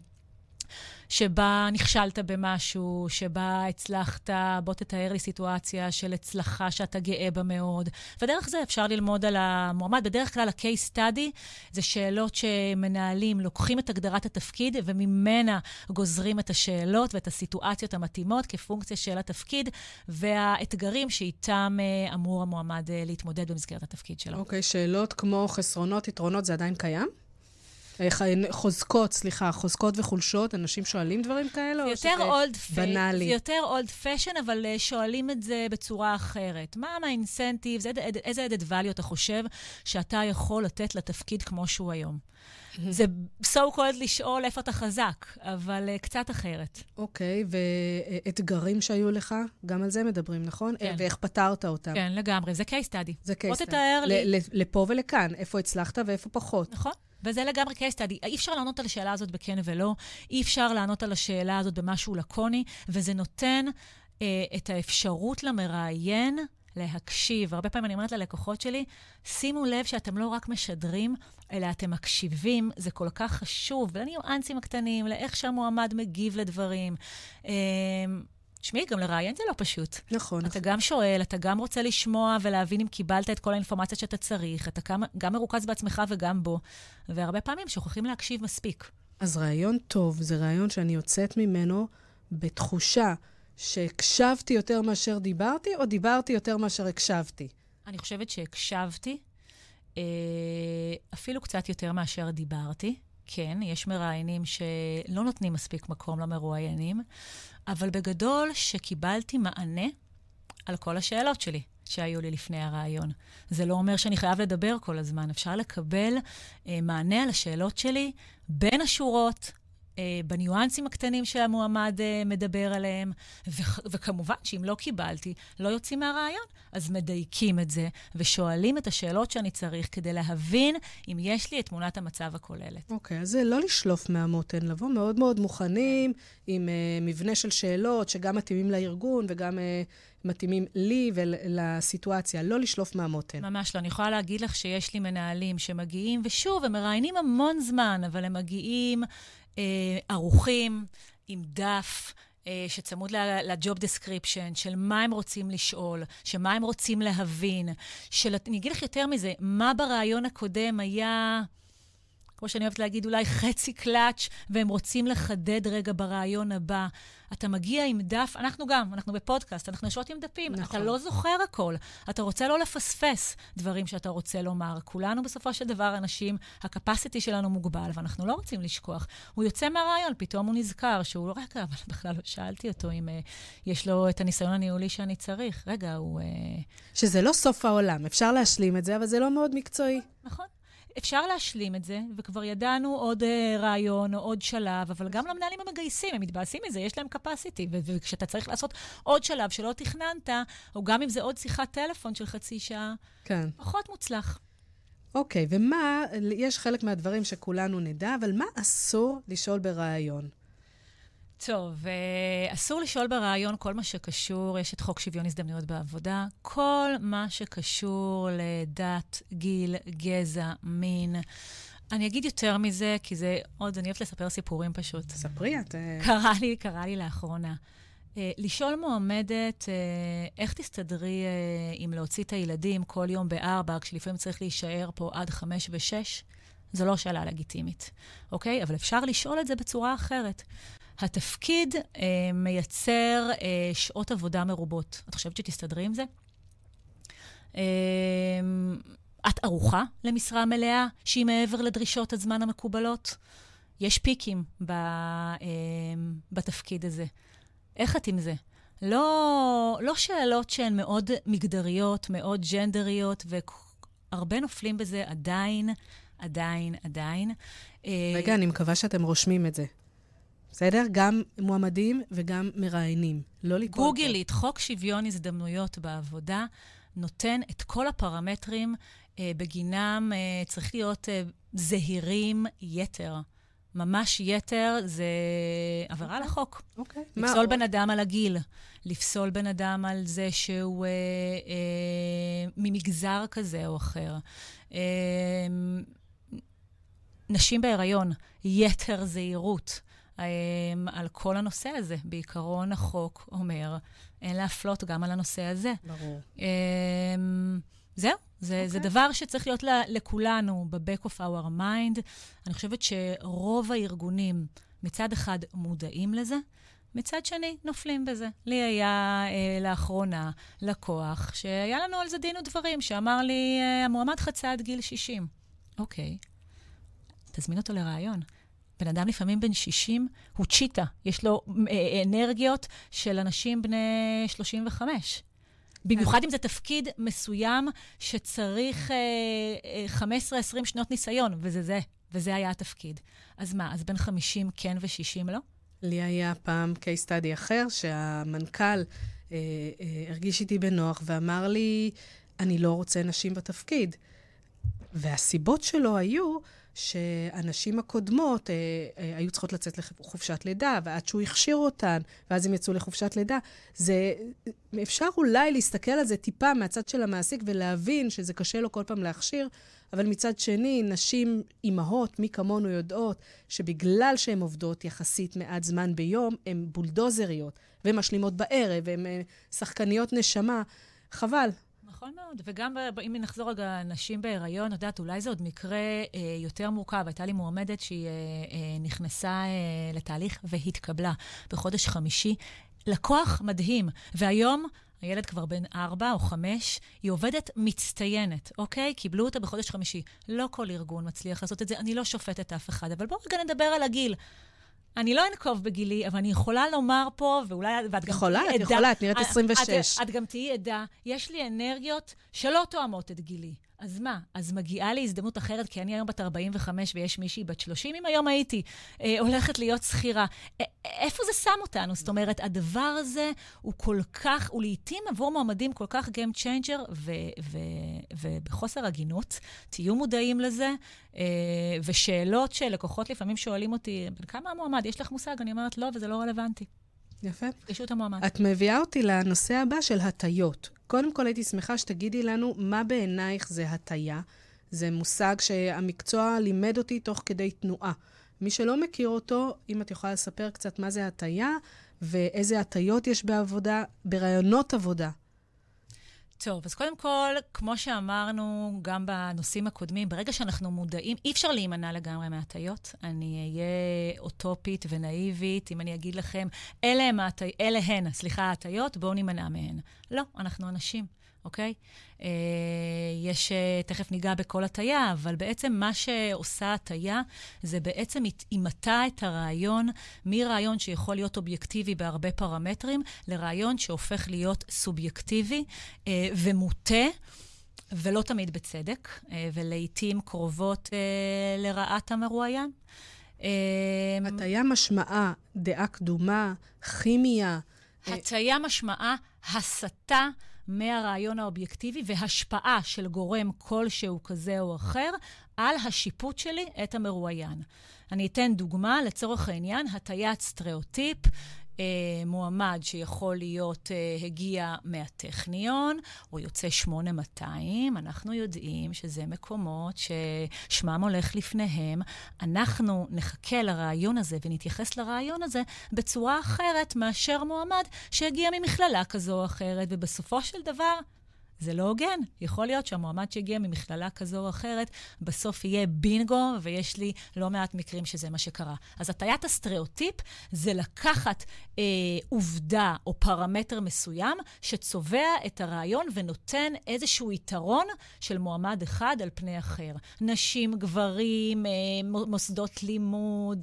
[SPEAKER 3] שבה נכשלת במשהו, שבה הצלחת, בוא תתאר לי סיטואציה של הצלחה שאתה גאה בה מאוד. ודרך זה אפשר ללמוד על המועמד. בדרך כלל ה-case study זה שאלות שמנהלים, לוקחים את הגדרת התפקיד וממנה גוזרים את השאלות ואת הסיטואציות המתאימות כפונקציה של התפקיד והאתגרים שאיתם אמור המועמד להתמודד במסגרת התפקיד שלו.
[SPEAKER 2] אוקיי, שאלות כמו חסרונות, יתרונות, זה עדיין קיים? חוזקות וחולשות, אנשים שואלים דברים כאלה?
[SPEAKER 3] זה יותר בנאלי? זה יותר אולד פשן, אבל שואלים את זה בצורה אחרת. מה האינסנטיב, איזה added value אתה חושב שאתה יכול לתת לתפקיד כמו שהוא היום? זה so called לשאול איפה אתה חזק, אבל קצת אחרת.
[SPEAKER 2] אוקיי, ואתגרים שהיו לך, גם על זה מדברים, נכון?
[SPEAKER 3] כן.
[SPEAKER 2] ואיך פתרת אותם?
[SPEAKER 3] כן, לגמרי, זה case study.
[SPEAKER 2] זה case study.
[SPEAKER 3] בוא תתאר לי.
[SPEAKER 2] לפה ולכאן, איפה הצלחת ואיפה פחות.
[SPEAKER 3] נכון. וזה לגמרי case study. אי אפשר לענות על השאלה הזאת בכן ולא, אי אפשר לענות על השאלה הזאת במשהו לקוני, וזה נותן את האפשרות למראיין להקשיב. הרבה פעמים אני אומרת ללקוחות שלי, שימו לב שאתם לא רק משדרים, אלא אתם מקשיבים, זה כל כך חשוב, ולניואנסים הקטנים, לאיך שהמועמד מגיב לדברים. תשמעי, גם לראיין זה לא פשוט.
[SPEAKER 2] נכון.
[SPEAKER 3] אתה גם שואל, אתה גם רוצה לשמוע ולהבין אם קיבלת את כל האינפורמציה שאתה צריך, אתה גם מרוכז בעצמך וגם בו, והרבה פעמים שוכחים להקשיב מספיק.
[SPEAKER 2] אז ראיון טוב, זה ראיון שאני יוצאת ממנו בתחושה שהקשבתי יותר מאשר דיברתי, או דיברתי יותר מאשר הקשבתי?
[SPEAKER 3] אני חושבת שהקשבתי, אפילו קצת יותר מאשר דיברתי. כן, יש מראיינים שלא נותנים מספיק מקום למרואיינים, אבל בגדול שקיבלתי מענה על כל השאלות שלי שהיו לי לפני הרעיון. זה לא אומר שאני חייב לדבר כל הזמן. אפשר לקבל מענה על השאלות שלי בין השורות, בניואנסים הקטנים שהמועמד מדבר עליהם, וכמובן שאם לא קיבלתי, לא יוצאים מהרעיון, אז מדייקים את זה, ושואלים את השאלות שאני צריך כדי להבין אם יש לי את תמונת המצב הכוללת.
[SPEAKER 2] אוקיי, אז זה לא לשלוף מהמותן, לבוא מאוד מאוד מוכנים, עם מבנה של שאלות שגם מתאימים לארגון, וגם מתאימים לי ולסיטואציה, לא לשלוף מהמותן.
[SPEAKER 3] ממש לא, אני יכולה להגיד לך שיש לי מנהלים שמגיעים, ושוב, הם מראיינים המון זמן, אבל הם מגיעים ערוכים, עם דף, שצמוד לג'וב דסקריפשן, של מה הם רוצים לשאול, שמה הם רוצים להבין, אני אגיד לך יותר מזה, מה ברעיון הקודם היה, כמו שאני אוהבת להגיד, אולי חצי קלאץ', והם רוצים לחדד רגע ברעיון הבא. אתה מגיע עם דף, אנחנו בפודקאסט, אנחנו יושבות עם דפים, נכון. אתה לא זוכר הכל, אתה רוצה לא לפספס דברים שאתה רוצה לומר. כולנו בסופו של דבר אנשים, הקפסיטי שלנו מוגבל, ואנחנו לא רוצים לשכוח. הוא יוצא מהרעיון, פתאום הוא נזכר, שהוא לא רגע, אבל בכלל לא שאלתי אותו אם יש לו את הניסיון הניהולי שאני צריך. רגע, הוא...
[SPEAKER 2] שזה לא סוף העולם, אפשר להשלים את זה, אבל זה לא מאוד מקצועי.
[SPEAKER 3] נכון. אפשר להשלים את זה, וכבר ידענו עוד רעיון או עוד שלב, אבל גם למנהלים המגייסים, הם מתבאסים מזה, יש להם capacity, וכשאתה צריך לעשות עוד שלב שלא תכננת, או גם אם זה עוד שיחת טלפון של חצי שעה, כן. פחות מוצלח.
[SPEAKER 2] אוקיי, ומה, יש חלק מהדברים שכולנו נדע, אבל מה אסור לשאול ברעיון?
[SPEAKER 3] טוב, אסור לשאול ברעיון כל מה שקשור, יש את חוק שוויון הזדמנויות בעבודה, כל מה שקשור לדת, גיל, גזע, מין. אני אגיד יותר מזה, כי זה עוד, אני אוהבת לספר סיפורים פשוט.
[SPEAKER 2] ספרי, את...
[SPEAKER 3] קרה לי לאחרונה. לשאול מועמדת, איך תסתדרי אם להוציא את הילדים כל יום ב-4, כשלפעמים צריך להישאר פה עד 5 ו-6? זו לא שאלה לגיטימית, אוקיי? אבל אפשר לשאול את זה בצורה אחרת. התפקיד מייצר שעות עבודה מרובות. את חושבת שתסתדרי עם זה? את ערוכה למשרה מלאה שהיא מעבר לדרישות הזמן המקובלות? יש פיקים בתפקיד הזה. איך את עם זה? לא שאלות שהן מאוד מגדריות, מאוד ג'נדריות, והרבה נופלים בזה עדיין.
[SPEAKER 2] רגע, אני מקווה שאתם רושמים את זה. בסדר? גם מועמדים וגם מראיינים. לא לקרוא.
[SPEAKER 3] גוגלית, חוק שוויון הזדמנויות בעבודה, נותן את כל הפרמטרים בגינם צריך להיות זהירים יתר. ממש יתר זה עבירה לחוק.
[SPEAKER 2] אוקיי.
[SPEAKER 3] לפסול בן אדם על הגיל, לפסול בן אדם על זה שהוא ממגזר כזה או אחר. נשים בהיריון, יתר זהירות על כל הנושא הזה. בעיקרון החוק אומר, אין להפלות גם על הנושא הזה.
[SPEAKER 2] ברור.
[SPEAKER 3] זהו. זה דבר שצריך להיות לכולנו ב-back of our mind. אני חושבת שרוב הארגונים מצד אחד מודעים לזה, מצד שני נופלים בזה. לי היה לאחרונה לקוח שהיה לנו על זה דין ודברים, שאמר לי, המועמד חצה עד גיל 60. אוקיי, תזמין אותו לרעיון. בן אדם לפעמים בן 60 הוא צ'יטה, יש לו אנרגיות של אנשים בני 35. במיוחד אם זה תפקיד מסוים שצריך 15-20 שנות ניסיון, וזה היה התפקיד. אז מה, אז בין 50 כן ו-60 לא?
[SPEAKER 2] לי היה פעם case study אחר, שהמנכ"ל הרגיש איתי בנוח ואמר לי, אני לא רוצה נשים בתפקיד. והסיבות שלו היו שהנשים הקודמות היו צריכות לצאת לחופשת לידה, ועד שהוא הכשיר אותן, ואז הם יצאו לחופשת לידה. אפשר אולי להסתכל על זה טיפה מהצד של המעסיק, ולהבין שזה קשה לו כל פעם להכשיר, אבל מצד שני, נשים אימהות, מי כמונו יודעות, שבגלל שהן עובדות יחסית מעט זמן ביום, הן בולדוזריות, והן משלימות בערב, והן שחקניות נשמה. חבל.
[SPEAKER 3] נכון מאוד, וגם אם נחזור רגע נשים בהיריון, יודעת, אולי זה עוד מקרה יותר מורכב. הייתה לי מועמדת שהיא נכנסה לתהליך והתקבלה בחודש חמישי. לקוח מדהים, והיום הילד כבר בן 4 או 5, היא עובדת מצטיינת, אוקיי? קיבלו אותה בחודש חמישי. לא כל ארגון מצליח לעשות את זה, אני לא שופטת אף אחד, אבל בואו רגע נדבר על הגיל. אני לא אנקוב בגילי, אבל אני יכולה לומר פה, ואולי, ואת גם תהיי עדה.
[SPEAKER 2] את יכולה, את נראית 26.
[SPEAKER 3] את גם תהיי עדה. יש לי אנרגיות שלא תואמות את גילי. אז מה? אז מגיעה לי הזדמנות אחרת, כי אני היום בת 45 ויש מישהי בת 30, אם היום הייתי הולכת להיות שכירה. איפה זה שם אותנו? זאת אומרת, הדבר הזה הוא כל כך, הוא לעתים עבור מועמדים כל כך game changer, ובחוסר הגינות, תהיו מודעים לזה, ושאלות שלקוחות לפעמים שואלים אותי, בין כמה המועמד? יש לך מושג? אני אומרת, לא, וזה לא רלוונטי.
[SPEAKER 2] יפה.
[SPEAKER 3] יש את המועמד.
[SPEAKER 2] את מביאה אותי לנושא הבא של הטיות. קודם כל הייתי שמחה שתגידי לנו מה בעינייך זה הטיה. זה מושג שהמקצוע לימד אותי תוך כדי תנועה. מי שלא מכיר אותו, אם את יכולה לספר קצת מה זה הטיה, ואיזה הטיות יש בעבודה, ברעיונות עבודה.
[SPEAKER 3] טוב, אז קודם כל, כמו שאמרנו גם בנושאים הקודמים, ברגע שאנחנו מודעים, אי אפשר להימנע לגמרי מהטיות. אני אהיה אוטופית ונאיבית, אם אני אגיד לכם, אלה הן, הטיות, בואו נימנע מהן. לא, אנחנו אנשים, אוקיי? תכף ניגע בכל הטיה, אבל בעצם מה שעושה הטיה, זה בעצם התאימתה את הרעיון, מרעיון שיכול להיות אובייקטיבי בהרבה פרמטרים, לרעיון שהופך להיות סובייקטיבי ומוטה, ולא תמיד בצדק, ולעיתים קרובות לרעת המרואיין.
[SPEAKER 2] הטיה משמעה, דעה קדומה, כימיה.
[SPEAKER 3] הטיה משמעה, הסתה מהרעיון האובייקטיבי, והשפעה של גורם כלשהו כזה או אחר, על השיפוט שלי את המרואיין. אני אתן דוגמה, לצורך העניין, הטיית סטריאוטיפ, מועמד שיכול להיות הגיע מהטכניון, או יוצא 8200, אנחנו יודעים שזה מקומות ששמם הולך לפניהם. אנחנו נחכה לרעיון הזה ונתייחס לרעיון הזה בצורה אחרת מאשר מועמד שהגיע ממכללה כזו או אחרת, ובסופו של דבר זה לא הוגן. יכול להיות שהמועמד שהגיע ממכללה כזו או אחרת, בסוף יהיה בינגו, ויש לי לא מעט מקרים שזה מה שקרה. אז הטיית הסטריאוטיפ זה לקחת עובדה או פרמטר מסוים, שצובע את הרעיון ונותן איזשהו יתרון של מועמד אחד על פני אחר. נשים, גברים, מוסדות לימוד,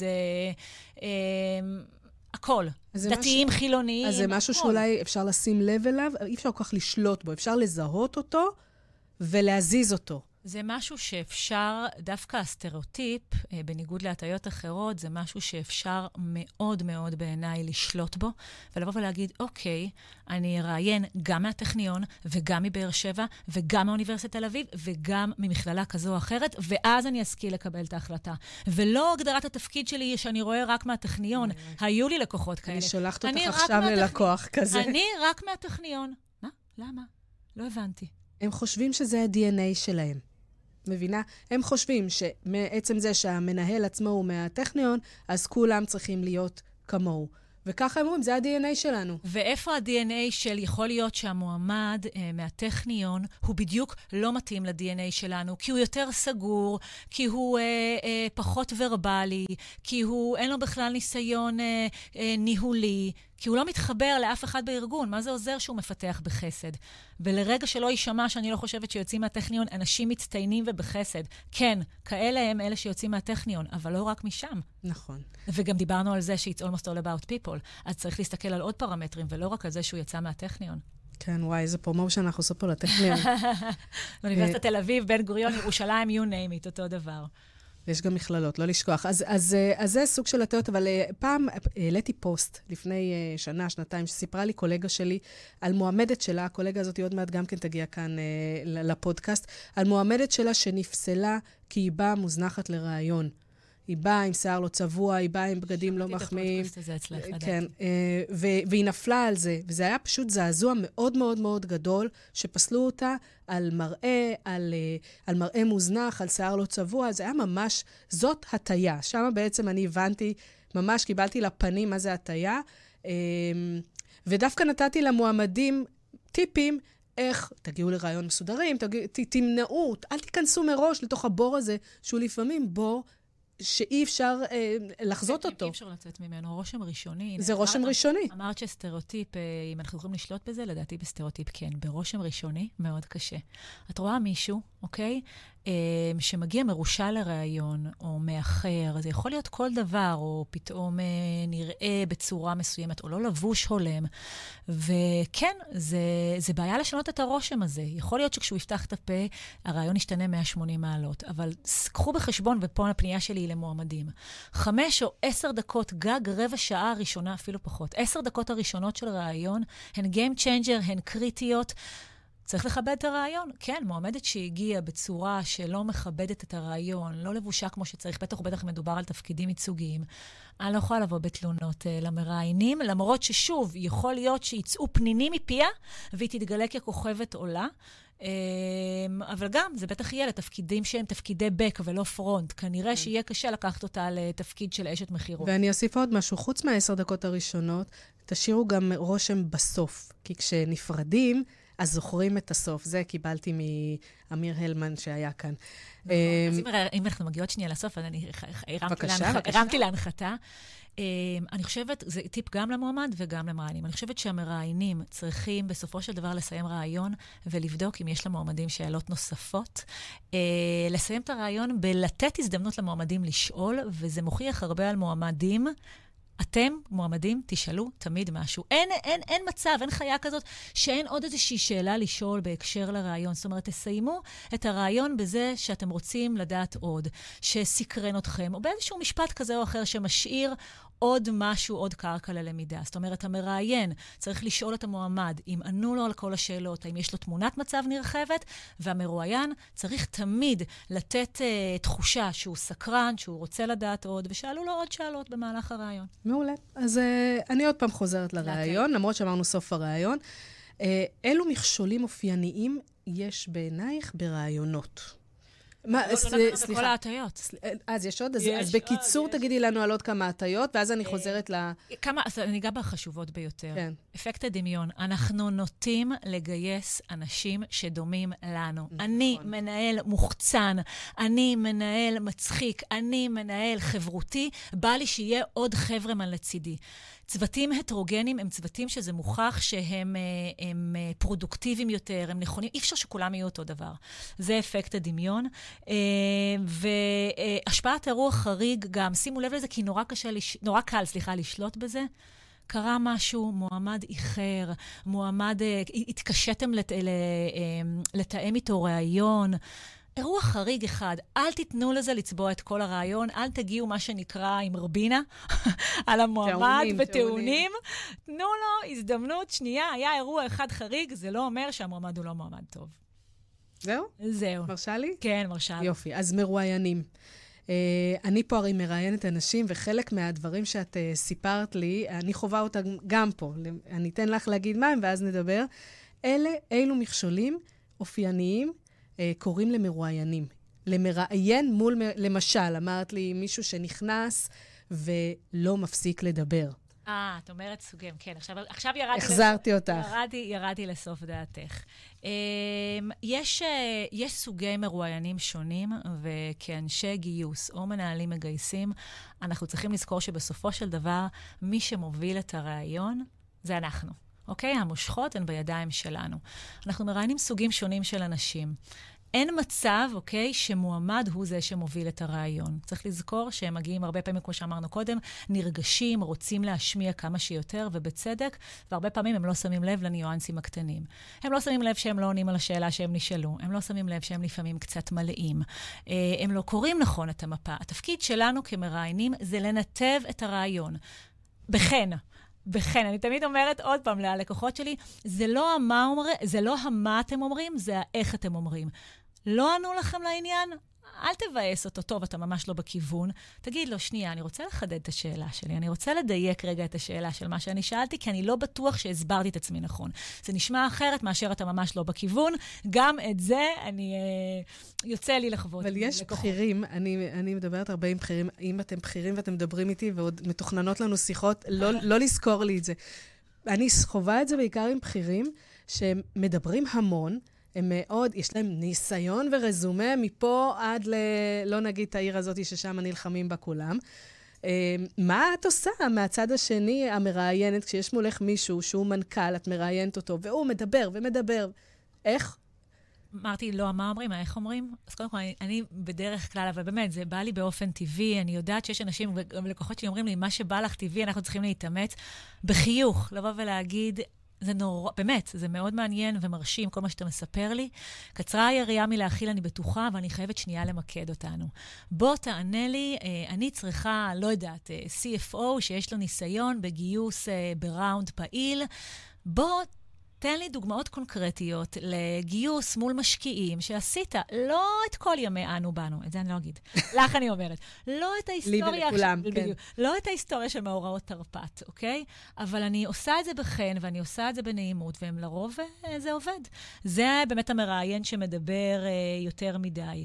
[SPEAKER 3] הכל. דתיים, חילוניים.
[SPEAKER 2] אז זה משהו שאולי אפשר לשים לב אליו, אי אפשר כל כך לשלוט בו, אפשר לזהות אותו ולהזיז אותו.
[SPEAKER 3] זה משהו שאפשר, דווקא הסטריאוטיפ, בניגוד להטיות אחרות, זה משהו שאפשר מאוד מאוד בעיניי לשלוט בו, ולבוא ולהגיד, אוקיי, אני אראיין גם מהטכניון, וגם מבאר שבע, וגם מאוניברסיטת תל אביב, וגם ממכללה כזו או אחרת, ואז אני אשכיל לקבל את ההחלטה. ולא הגדרת התפקיד שלי שאני רואה רק מהטכניון. היו לי לקוחות כאלה.
[SPEAKER 2] אני שולחת אותך עכשיו ללקוח כזה.
[SPEAKER 3] אני רק מהטכניון. מה? למה? לא הבנתי.
[SPEAKER 2] הם חושבים שזה ה-DNA שלהם. מבינה? הם חושבים שמעצם זה שהמנהל עצמו הוא מהטכניון, אז כולם צריכים להיות כמוהו. וככה הם אומרים, זה ה-DNA שלנו.
[SPEAKER 3] ואיפה ה-DNA של יכול להיות שהמועמד מהטכניון הוא בדיוק לא מתאים ל-DNA שלנו, כי הוא יותר סגור, כי הוא פחות ורבלי, כי אין לו בכלל ניסיון ניהולי, כי הוא לא מתחבר לאף אחד בארגון. מה זה עוזר שהוא מפתח בחסד? ולרגע שלא יישמע שאני לא חושבת שיוצאים מהטכניון, אנשים מצטיינים ובחסד. כן, כאלה הם אלה שיוצאים מהטכניון, אבל לא רק משם.
[SPEAKER 2] נכון.
[SPEAKER 3] וגם דיברנו על זה ש-it's almost all about people. אז צריך להסתכל על עוד פרמטרים, ולא רק על זה שהוא יצא מהטכניון.
[SPEAKER 2] כן, וואי, איזה פרומושן אנחנו עושים פה לטכניון.
[SPEAKER 3] אוניברסיטת תל אביב, בן גוריון, ירושלים, you name it, אותו דבר.
[SPEAKER 2] יש גם מכללות, לא לשכוח. אז זה סוג של הטעות, אבל פעם העליתי פוסט לפני שנה, שנתיים, שסיפרה לי קולגה שלי על מועמדת שלה, הקולגה הזאת עוד מעט גם כן תגיע כאן לפודקאסט, על מועמדת שלה שנפסלה כי היא באה מוזנחת לרעיון. היא באה עם שיער לא צבוע, היא באה עם בגדים לא מחמיאים. כן, והיא נפלה על זה. וזה היה פשוט זעזוע מאוד מאוד מאוד גדול, שפסלו אותה על מראה, על מראה מוזנח, על שיער לא צבוע. זה היה ממש, זאת הטיה. שם בעצם אני הבנתי, ממש קיבלתי לפנים מה זה הטיה. ודווקא נתתי למועמדים טיפים, איך תגיעו לרעיון מסודרים, תמנעו, אל תיכנסו מראש לתוך הבור הזה, שהוא לפעמים בור, שאי אפשר לחזות אותו.
[SPEAKER 3] אי אפשר לצאת ממנו. רושם ראשוני.
[SPEAKER 2] זה רושם ראשוני.
[SPEAKER 3] אמרת שסטריאוטיפ, אם אנחנו יכולים לשלוט בזה, לדעתי בסטריאוטיפ כן. ברושם ראשוני מאוד קשה. את רואה מישהו, אוקיי? שמגיע מרושע לרעיון, או מאחר, זה יכול להיות כל דבר, או פתאום נראה בצורה מסוימת, או לא לבוש הולם. וכן, זה בעיה לשנות את הרושם הזה. יכול להיות שכשהוא יפתח את הפה, הרעיון ישתנה 180 מעלות. אבל קחו בחשבון, ופה הפנייה שלי היא למועמדים. 5 או 10 דקות גג, רבע שעה הראשונה, אפילו פחות. 10 דקות הראשונות של רעיון, הן game changer, הן קריטיות. צריך לכבד את הרעיון. כן, מועמדת שהגיעה בצורה שלא מכבדת את הרעיון, לא לבושה כמו שצריך, בטח ובטח מדובר על תפקידים ייצוגיים. אני לא יכולה לבוא בתלונות למראיינים, למרות ששוב, יכול להיות שיצאו פנינים מפיה, והיא תתגלה ככוכבת עולה. אבל גם, זה בטח יהיה לתפקידים שהם תפקידי בק ולא פרונט. כנראה שיהיה קשה לקחת אותה לתפקיד של אשת מחירות.
[SPEAKER 2] ואני אוסיף עוד משהו, חוץ מה10 דקות הראשונות, תשאירו גם רושם בסוף. כי כשנפרדים, אז זוכרים את הסוף. זה קיבלתי מאמיר הלמן שהיה כאן.
[SPEAKER 3] אז אם אנחנו מגיעות שנייה לסוף, אז אני הרמתי להנחתה. אני חושבת, זה טיפ גם למועמד וגם למראיינים. אני חושבת שהמראיינים צריכים בסופו של דבר לסיים רעיון ולבדוק אם יש למועמדים שאלות נוספות. לסיים את הרעיון בלתת הזדמנות למועמדים לשאול, וזה מוכיח הרבה על מועמדים. אתם, מועמדים, תשאלו תמיד משהו. אין מצב, אין חיה כזאת, שאין עוד איזושהי שאלה לשאול בהקשר לרעיון. זאת אומרת, תסיימו את הרעיון בזה שאתם רוצים לדעת עוד, שסקרן אתכם, או באיזשהו משפט כזה או אחר שמשאיר עוד משהו, עוד קרקע ללמידה. זאת אומרת, המראיין צריך לשאול את המועמד אם ענו לו על כל השאלות, האם יש לו תמונת מצב נרחבת, והמרואיין צריך תמיד לתת תחושה שהוא סקרן, שהוא רוצה לדעת עוד, ושאלו לו עוד שאלות במהלך הרעיון.
[SPEAKER 2] מעולה. אז אני עוד פעם חוזרת לרעיון, למרות שאמרנו סוף הרעיון. אילו מכשולים אופייניים יש בעינייך ברעיונות?
[SPEAKER 3] סליחה. בכל ההטיות.
[SPEAKER 2] אז יש עוד? אז בקיצור תגידי לנו על עוד כמה הטיות, ואז אני חוזרת
[SPEAKER 3] אז אני אגע בחשובות ביותר.
[SPEAKER 2] כן.
[SPEAKER 3] אפקט הדמיון. אנחנו נוטים לגייס אנשים שדומים לנו. אני מנהל מוחצן, אני מנהל מצחיק, אני מנהל חברותי, בא לי שיהיה עוד חבר'ה לצידי. צוותים הטרוגנים הם צוותים שזה מוכח שהם פרודוקטיביים יותר, הם נכונים, אי אפשר שכולם יהיו אותו דבר. זה אפקט הדמיון. והשפעת הרוח חריג גם, שימו לב לזה, כי נורא קל לשלוט בזה. קרה משהו, מועמד איחר, מועמד, התקשתם לתאם איתו רעיון, אירוע חריג אחד, אל תיתנו לזה לצבוע את כל הרעיון, אל תגיעו מה שנקרא עם רבינה על המועמד וטעונים. תנו לו הזדמנות שנייה, היה אירוע אחד חריג, זה לא אומר שהמועמד הוא לא מועמד טוב.
[SPEAKER 2] זהו?
[SPEAKER 3] זהו.
[SPEAKER 2] מרשה לי?
[SPEAKER 3] כן, מרשה לי.
[SPEAKER 2] יופי, אז מרואיינים. אני פה הרי מראיינת אנשים, וחלק מהדברים שאת סיפרת לי, אני חובה אותה גם פה. אני אתן לך להגיד מה הם, ואז נדבר. אילו מכשולים אופייניים, קוראים למרואיינים. למראיין מול, למשל, אמרת לי מישהו שנכנס ולא מפסיק לדבר.
[SPEAKER 3] את אומרת סוגים, כן. עכשיו ירדתי...
[SPEAKER 2] החזרתי אותך.
[SPEAKER 3] ירדתי לסוף דעתך. יש סוגי מרואיינים שונים, וכאנשי גיוס או מנהלים מגייסים, אנחנו צריכים לזכור שבסופו של דבר, מי שמוביל את הרעיון, זה אנחנו. אוקיי? המושכות הן בידיים שלנו. אנחנו מראיינים סוגים שונים של אנשים. אין מצב, אוקיי, שמועמד הוא זה שמוביל את הרעיון. צריך לזכור שהם מגיעים הרבה פעמים, כמו שאמרנו קודם, נרגשים, רוצים להשמיע כמה שיותר, ובצדק, והרבה פעמים הם לא שמים לב לניואנסים הקטנים. הם לא שמים לב שהם לא עונים על השאלה שהם נשאלו. הם לא שמים לב שהם לפעמים קצת מלאים. הם לא קוראים נכון את המפה. התפקיד שלנו כמראיינים זה לנתב את הרעיון. בכן, אני תמיד אומרת עוד פעם ללקוחות שלי, זה לא מה אתם אומרים, זה איך אתם אומרים. לא ענו לכם לעניין? אל תבאס אותו, טוב, אתה ממש לא בכיוון. תגיד לו, שנייה, אני רוצה לחדד את השאלה שלי, אני רוצה לדייק רגע את השאלה של מה שאני שאלתי, כי אני לא בטוח שהסברתי את עצמי נכון. זה נשמע אחרת מאשר אתה ממש לא בכיוון, גם את זה יוצא לי לחוות.
[SPEAKER 2] אבל יש בחירים, אני מדברת הרבה עם בחירים, אם אתם בחירים ואתם מדברים איתי, ועוד מתוכננות לנו שיחות, לא לזכור לי את זה. אני חווה את זה בעיקר עם בחירים, שמדברים המון, הם מאוד, יש להם ניסיון ורזומה מפה עד לא נגיד את העיר הזאת ששם נלחמים בה כולם. מה את עושה מהצד השני המראיינת, כשיש מולך מישהו שהוא מנכ"ל, את מראיינת אותו, והוא מדבר ומדבר. איך?
[SPEAKER 3] אמרתי, לא, מה אומרים? איך אומרים? אז קודם כל, אני בדרך כלל, אבל באמת, זה בא לי באופן טבעי, אני יודעת שיש אנשים, ולקוחות שלי אומרים לי, מה שבא לך טבעי, אנחנו צריכים להתאמץ, בחיוך, לבוא ולהגיד, זה נורא, באמת, זה מאוד מעניין ומרשים, כל מה שאתה מספר לי. קצרה היריעה מלהכיל, אני בטוחה, אבל אני חייבת שנייה למקד אותנו. בוא תענה לי, אני צריכה, לא יודעת, CFO שיש לו ניסיון בגיוס בראונד פעיל. בוא תן לי דוגמאות קונקרטיות לגיוס מול משקיעים שעשית, לא את כל ימי אנו בנו, את זה אני לא אגיד. לך אני אומרת. לא את ההיסטוריה...
[SPEAKER 2] לי ולכולם, כן.
[SPEAKER 3] לא את ההיסטוריה של מאורעות תרפ"ט, אוקיי? אבל אני עושה את זה בחן, ואני עושה את זה בנעימות, והם לרוב זה עובד. זה באמת המראיין שמדבר יותר מדי.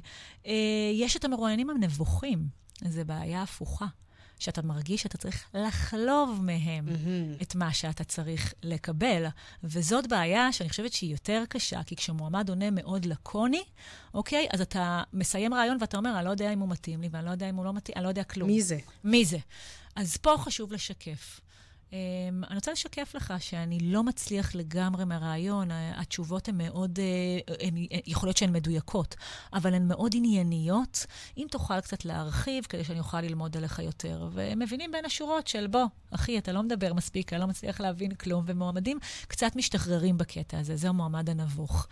[SPEAKER 3] יש את המרואיינים הנבוכים. זו בעיה הפוכה. שאתה מרגיש שאתה צריך לחלוב מהם את מה שאתה צריך לקבל. וזאת בעיה שאני חושבת שהיא יותר קשה, כי כשמועמד עונה מאוד לקוני, אוקיי, אז אתה מסיים רעיון ואתה אומר, אני לא יודע אם הוא מתאים לי, ואני לא יודע אם הוא לא מתאים, אני לא יודע כלום. מי זה? אז פה חשוב לשקף. אני רוצה לשקף לך שאני לא מצליח לגמרי מהרעיון, התשובות הן מאוד, יכול להיות שהן מדויקות, אבל הן מאוד ענייניות, אם תוכל קצת להרחיב כדי שאני אוכל ללמוד עליך יותר, ומבינים בין השורות של בוא, אחי, אתה לא מדבר מספיק, אני לא מצליח להבין כלום, ומועמדים קצת משתחררים בקטע הזה, זה המועמד הנבוך.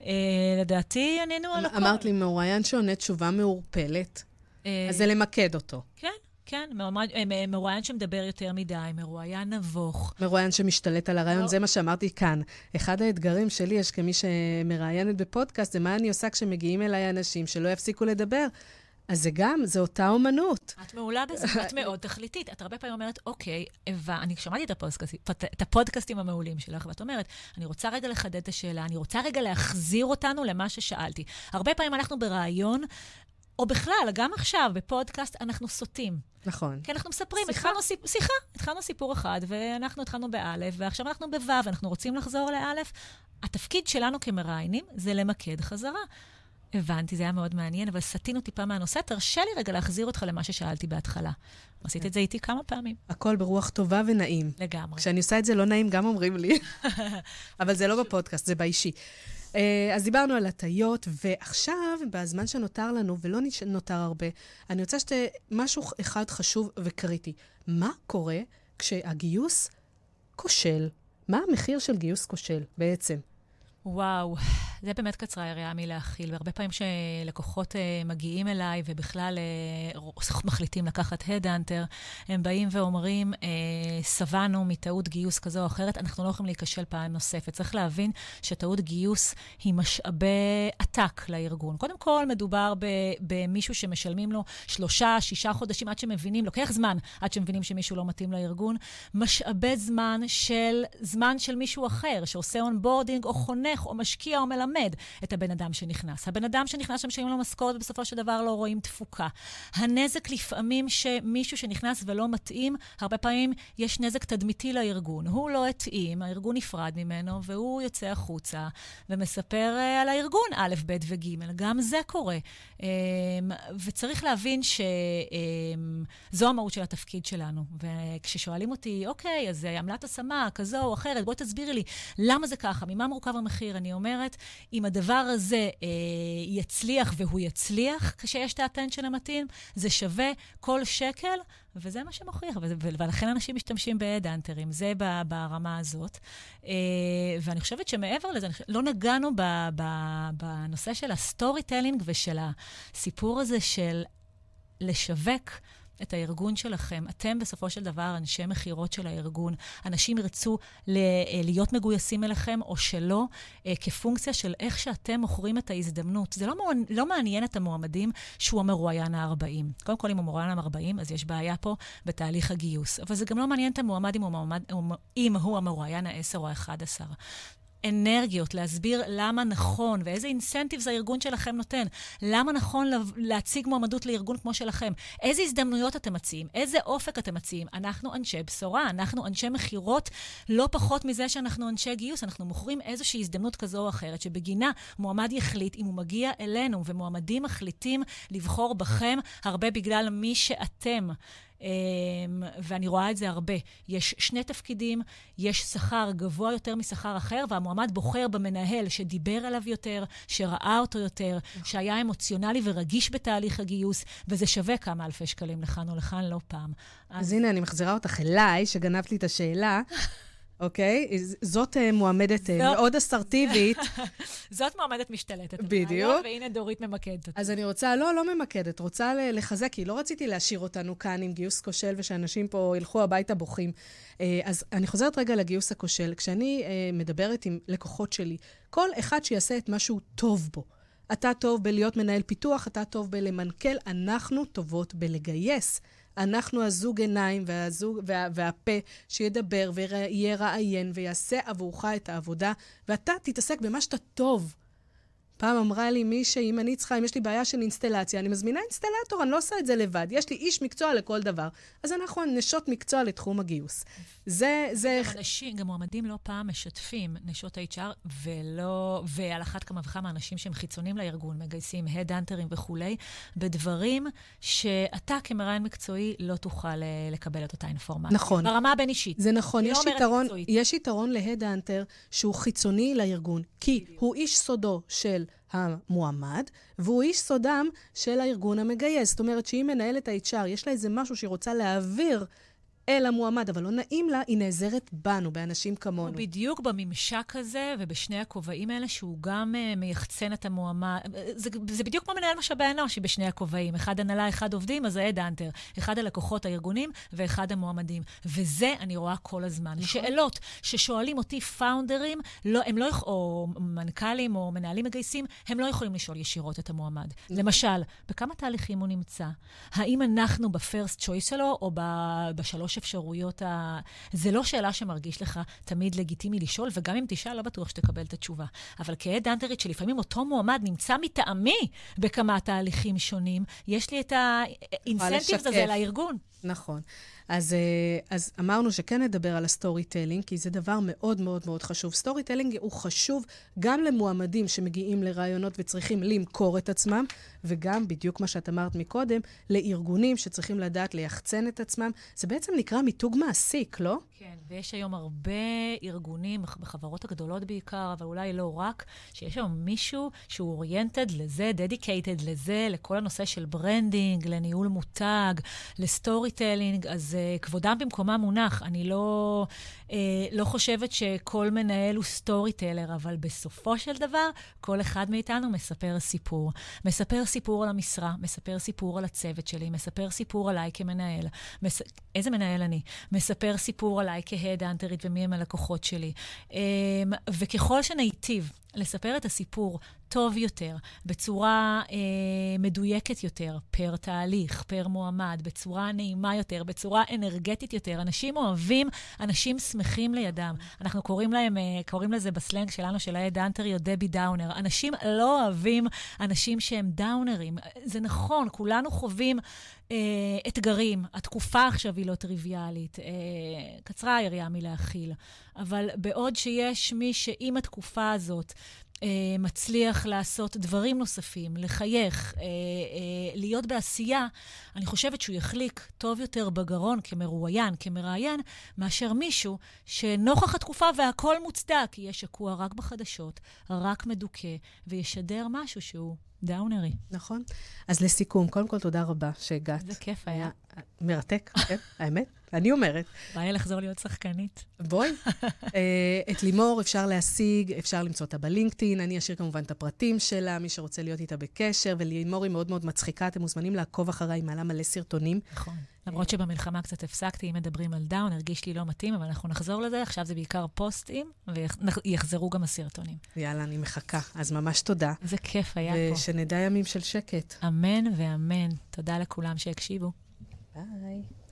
[SPEAKER 3] לדעתי, ענינו על הכל.
[SPEAKER 2] אמרת לי, מרואיין שעונה תשובה מעורפלת, אז זה למקד אותו.
[SPEAKER 3] כן. כן, מרואיין שמדבר יותר מדי, מרואיין נבוך.
[SPEAKER 2] מרואיין שמשתלט על הרעיון, זה מה שאמרתי כאן. אחד האתגרים שלי יש כמי שמראיינת בפודקאסט, זה מה אני עושה כשמגיעים אליי אנשים שלא יפסיקו לדבר. אז זה גם, זה אותה אומנות.
[SPEAKER 3] את מעולה בזה, את מאוד תכליתית. את הרבה פעמים אומרת, אוקיי, אני שמעתי את הפודקאסטים המעולים שלך, ואת אומרת, אני רוצה רגע לחדד את השאלה, אני רוצה רגע להחזיר אותנו למה ששאלתי. הרבה פעמים אנחנו ברעיון, או בכלל, גם עכשיו, בפודקאסט, אנחנו סוטים.
[SPEAKER 2] נכון.
[SPEAKER 3] כי אנחנו מספרים, התחלנו סיפור אחד, ואנחנו התחלנו באלף, ועכשיו אנחנו בוו, ואנחנו רוצים לחזור לאלף. התפקיד שלנו כמראיינים זה למקד חזרה. הבנתי, זה היה מאוד מעניין, אבל סתינו טיפה מהנושא, תרשה לי רגע להחזיר אותך למה ששאלתי בהתחלה. עשית את זה איתי כמה פעמים.
[SPEAKER 2] הכל ברוח טובה ונעים.
[SPEAKER 3] לגמרי.
[SPEAKER 2] כשאני עושה את זה לא נעים, גם אומרים לי. אבל זה לא בפודקאסט, זה באישי. אז דיברנו על הטיות, ועכשיו, בזמן שנותר לנו, ולא נותר הרבה, אני רוצה משהו אחד חשוב וקריטי. מה קורה כשהגיוס כושל? מה המחיר של גיוס כושל בעצם?
[SPEAKER 3] וואו, זה באמת קצרה היריעה מלהכיל, והרבה פעמים שלקוחות מגיעים אליי ובכלל מחליטים לקחת הדהנטר, הם באים ואומרים, סבנו מטעות גיוס כזו או אחרת, אנחנו לא יכולים להיכשל פעם נוספת. צריך להבין שטעות גיוס היא משאבי עתק לארגון. קודם כל מדובר במישהו שמשלמים לו 3-6 חודשים עד שמבינים, לוקח זמן עד שמבינים שמישהו לא מתאים לארגון, משאבי זמן של מישהו אחר, שעושה אונבורדינג או חונך או משקיע או מלמד את הבן אדם שנכנס. הבן אדם שנכנס שמשלמים לו משכורת ובסופו של דבר לא רואים תפוקה. הנזק לפעמים שמישהו שנכנס ולא מתאים, הרבה פעמים יש נזק תדמיתי לארגון. הוא לא התאים, הארגון נפרד ממנו והוא יוצא החוצה ומספר על הארגון א', ב' וג'. גם זה קורה. וצריך להבין שזו המהות של התפקיד שלנו. וכששואלים אותי, אוקיי, אז עמלת השמה כזו או אחרת, בואי תסבירי לי, למה זה ככה? ממה מורכב המחיר? אני אומרת, אם הדבר הזה יצליח והוא יצליח, כשיש את האטנשן המתאים, זה שווה כל שקל, וזה מה שמוכיח, ולכן אנשים משתמשים בהדהנטרים, זה ברמה הזאת. ואני חושבת שמעבר לזה, לא נגענו בנושא של הסטורי טלינג ושל הסיפור הזה של לשווק את הארגון שלכם. אתם בסופו של דבר אנשי מחירות של הארגון. אנשים ירצו להיות מגויסים אליכם או שלא, כפונקציה של איך שאתם מוכרים את ההזדמנות. זה לא מעניין את המועמדים שהוא המרואיין ה-40. קודם כל, אם הוא מרואיין ה-40, אז יש בעיה פה בתהליך הגיוס. אבל זה גם לא מעניין את המועמד אם הוא המרואיין ה-10 או ה-11. אנרגיות, להסביר למה נכון, ואיזה אינסנטיבס הארגון שלכם נותן, למה נכון להציג מועמדות לארגון כמו שלכם, איזה הזדמנויות אתם מציעים, איזה אופק אתם מציעים. אנחנו אנשי בשורה, אנחנו אנשי מחירות, לא פחות מזה שאנחנו אנשי גיוס, אנחנו מוכרים איזושהי הזדמנות כזו או אחרת, שבגינה מועמד יחליט אם הוא מגיע אלינו, ומועמדים מחליטים לבחור בכם הרבה בגלל מי שאתם. ואני רואה את זה הרבה. יש שני תפקידים, יש שכר גבוה יותר משכר אחר, והמועמד בוחר במנהל שדיבר עליו יותר, שראה אותו יותר, שהיה אמוציונלי ורגיש בתהליך הגיוס, וזה שווה כמה אלפי שקלים לכאן או לכאן לא פעם.
[SPEAKER 2] אז הנה, אני מחזירה אותך אליי, שגנבת לי את השאלה. אוקיי? זאת מועמדת מאוד אסרטיבית.
[SPEAKER 3] זאת מועמדת משתלטת.
[SPEAKER 2] בדיוק.
[SPEAKER 3] והנה דורית ממקדת אותה.
[SPEAKER 2] אז אני רוצה, לא ממקדת, רוצה לחזק, כי לא רציתי להשאיר אותנו כאן עם גיוס כושל, ושאנשים פה ילכו הביתה בוכים. אז אני חוזרת רגע לגיוס הכושל. כשאני מדברת עם לקוחות שלי, כל אחד שיעשה את משהו טוב בו. אתה טוב בלהיות מנהל פיתוח, אתה טוב בלמנכ"ל, אנחנו טובות בלגייס. אנחנו הזוג עיניים והפה שידבר ויהיה רעיין ויעשה עבורך את העבודה, ואתה תתעסק במה שאתה טוב. פעם אמרה לי מישהי, אם יש לי בעיה של אינסטלציה, אני מזמינה אינסטלטור, אני לא עושה את זה לבד. יש לי איש מקצוע לכל דבר. אז אנחנו נשות מקצוע לתחום הגיוס.
[SPEAKER 3] גם מועמדים לא פעם משתפים נשות HR, ועל אחת כמה וכמה אנשים שהם חיצונים לארגון, מגייסים הדהנטרים וכולי, בדברים שאתה כמראיין מקצועי לא תוכל לקבל את אותה אינפורמציה.
[SPEAKER 2] נכון.
[SPEAKER 3] ברמה הבין אישית.
[SPEAKER 2] זה נכון. יש יתרון להדהנטר שהוא חיצוני לארגון, כי הוא איש סודו של המועמד, והוא איש סודם של הארגון המגייס. זאת אומרת, שהיא מנהלת ה-HR, יש לה איזה משהו שהיא רוצה להעביר אל המועמד, אבל לא נעים לה, היא נעזרת בנו, באנשים כמונו.
[SPEAKER 3] בדיוק בממשק הזה, ובשני הכובעים האלה, שהוא גם מייחצן את המועמד. זה בדיוק כמו מנהל משאבי אנוש, בשני הכובעים. אחד הנהלה, אחד עובדים, אז זה הדהנטר. אחד הלקוחות הארגונים, ואחד המועמדים. וזה אני רואה כל הזמן. נכון. שאלות ששואלים אותי פאונדרים, או מנכ"לים או מנהלים מגייסים, הם לא יכולים לשאול ישירות את המועמד. נכון. למשל, בכמה תהליכים הוא נמצא? האם אנחנו בפרסט צ'ויס שלו, או בשלוש אפשרויות זה לא שאלה שמרגיש לך תמיד לגיטימי לשאול, וגם אם תשאל, לא בטוח שתקבל את התשובה. אבל כהדהנטרית שלפעמים אותו מועמד נמצא מטעמי בכמה תהליכים שונים, יש לי את האינסנטיב הזה לארגון.
[SPEAKER 2] נכון. אז אמרנו שכן נדבר על הסטורי טלינג, כי זה דבר מאוד מאוד מאוד חשוב. סטורי טלינג הוא חשוב גם למועמדים שמגיעים לרעיונות וצריכים למכור את עצמם, וגם, בדיוק מה שאת אמרת מקודם, לארגונים שצריכים לדעת ליחצן את עצמם. זה בעצם נקרא מיתוג מעסיק, לא?
[SPEAKER 3] כן, ויש היום הרבה ארגונים, בחברות הגדולות בעיקר, אבל אולי לא רק, שיש היום מישהו שהוא אוריינטד לזה, דדיקייטד לזה, לכל הנושא של ברנדינג, לניהול מותג, לסטורי טלינג, אז כבודם במקומה מונח. אני לא חושבת שכל מנהל הוא סטורי טלר, אבל בסופו של דבר, כל אחד מאיתנו מספר סיפור. מספר סיפור על המשרה, מספר סיפור על הצוות שלי, מספר סיפור עליי כמנהל. איזה מנהל אני? מספר סיפור עליי כהדהנטרית ומי הם הלקוחות שלי. וככל שנייטיב לספר את הסיפור טוב יותר, בצורה מדויקת יותר, פר תהליך, פר מועמד, בצורה נעימה יותר, בצורה אנרגטית יותר. אנשים אוהבים, אנשים שמחים לידם. אנחנו קוראים לזה בסלנג שלנו, של ההדהנטריות, דבי דאונר. אנשים לא אוהבים אנשים שהם דאונרים. זה נכון, כולנו חווים אתגרים. התקופה עכשיו היא לא טריוויאלית. קצרה היריעה מלהכיל. אבל בעוד שיש מי שעם התקופה הזאת מצליח לעשות דברים נוספים, לחייך, להיות בעשייה, אני חושבת שהוא יחליק טוב יותר בגרון כמראיין, מאשר מישהו שנוכח התקופה והכל מוצדק, יהיה שקוע רק בחדשות, רק מדוכא, וישדר משהו שהוא דאונרי.
[SPEAKER 2] נכון. אז לסיכום, קודם כל תודה רבה שהגעת.
[SPEAKER 3] זה כיף היה.
[SPEAKER 2] מרתק, כן, האמת. אני אומרת.
[SPEAKER 3] בואי לחזור להיות שחקנית.
[SPEAKER 2] בואי. את לימור אפשר להשיג, אפשר למצוא אותה בלינקדאין, אני אשאיר כמובן את הפרטים שלה, מי שרוצה להיות איתה בקשר, ולימור היא מאוד מאוד מצחיקה, אתם מוזמנים לעקוב אחריי, מעלה מלא סרטונים.
[SPEAKER 3] נכון. למרות שבמלחמה קצת הפסקתי, אם מדברים על דאון, הרגיש לי לא מתאים, אבל אנחנו נחזור לזה, עכשיו זה בעיקר פוסטים, ויחזרו גם הסרטונים.
[SPEAKER 2] יאללה, אני מחכה. אז ממש תודה.
[SPEAKER 3] זה כיף היה פה.
[SPEAKER 2] ושנדע ימים של שקט.
[SPEAKER 3] אמן ואמן. תודה לכולם שהקשיבו.
[SPEAKER 2] ביי.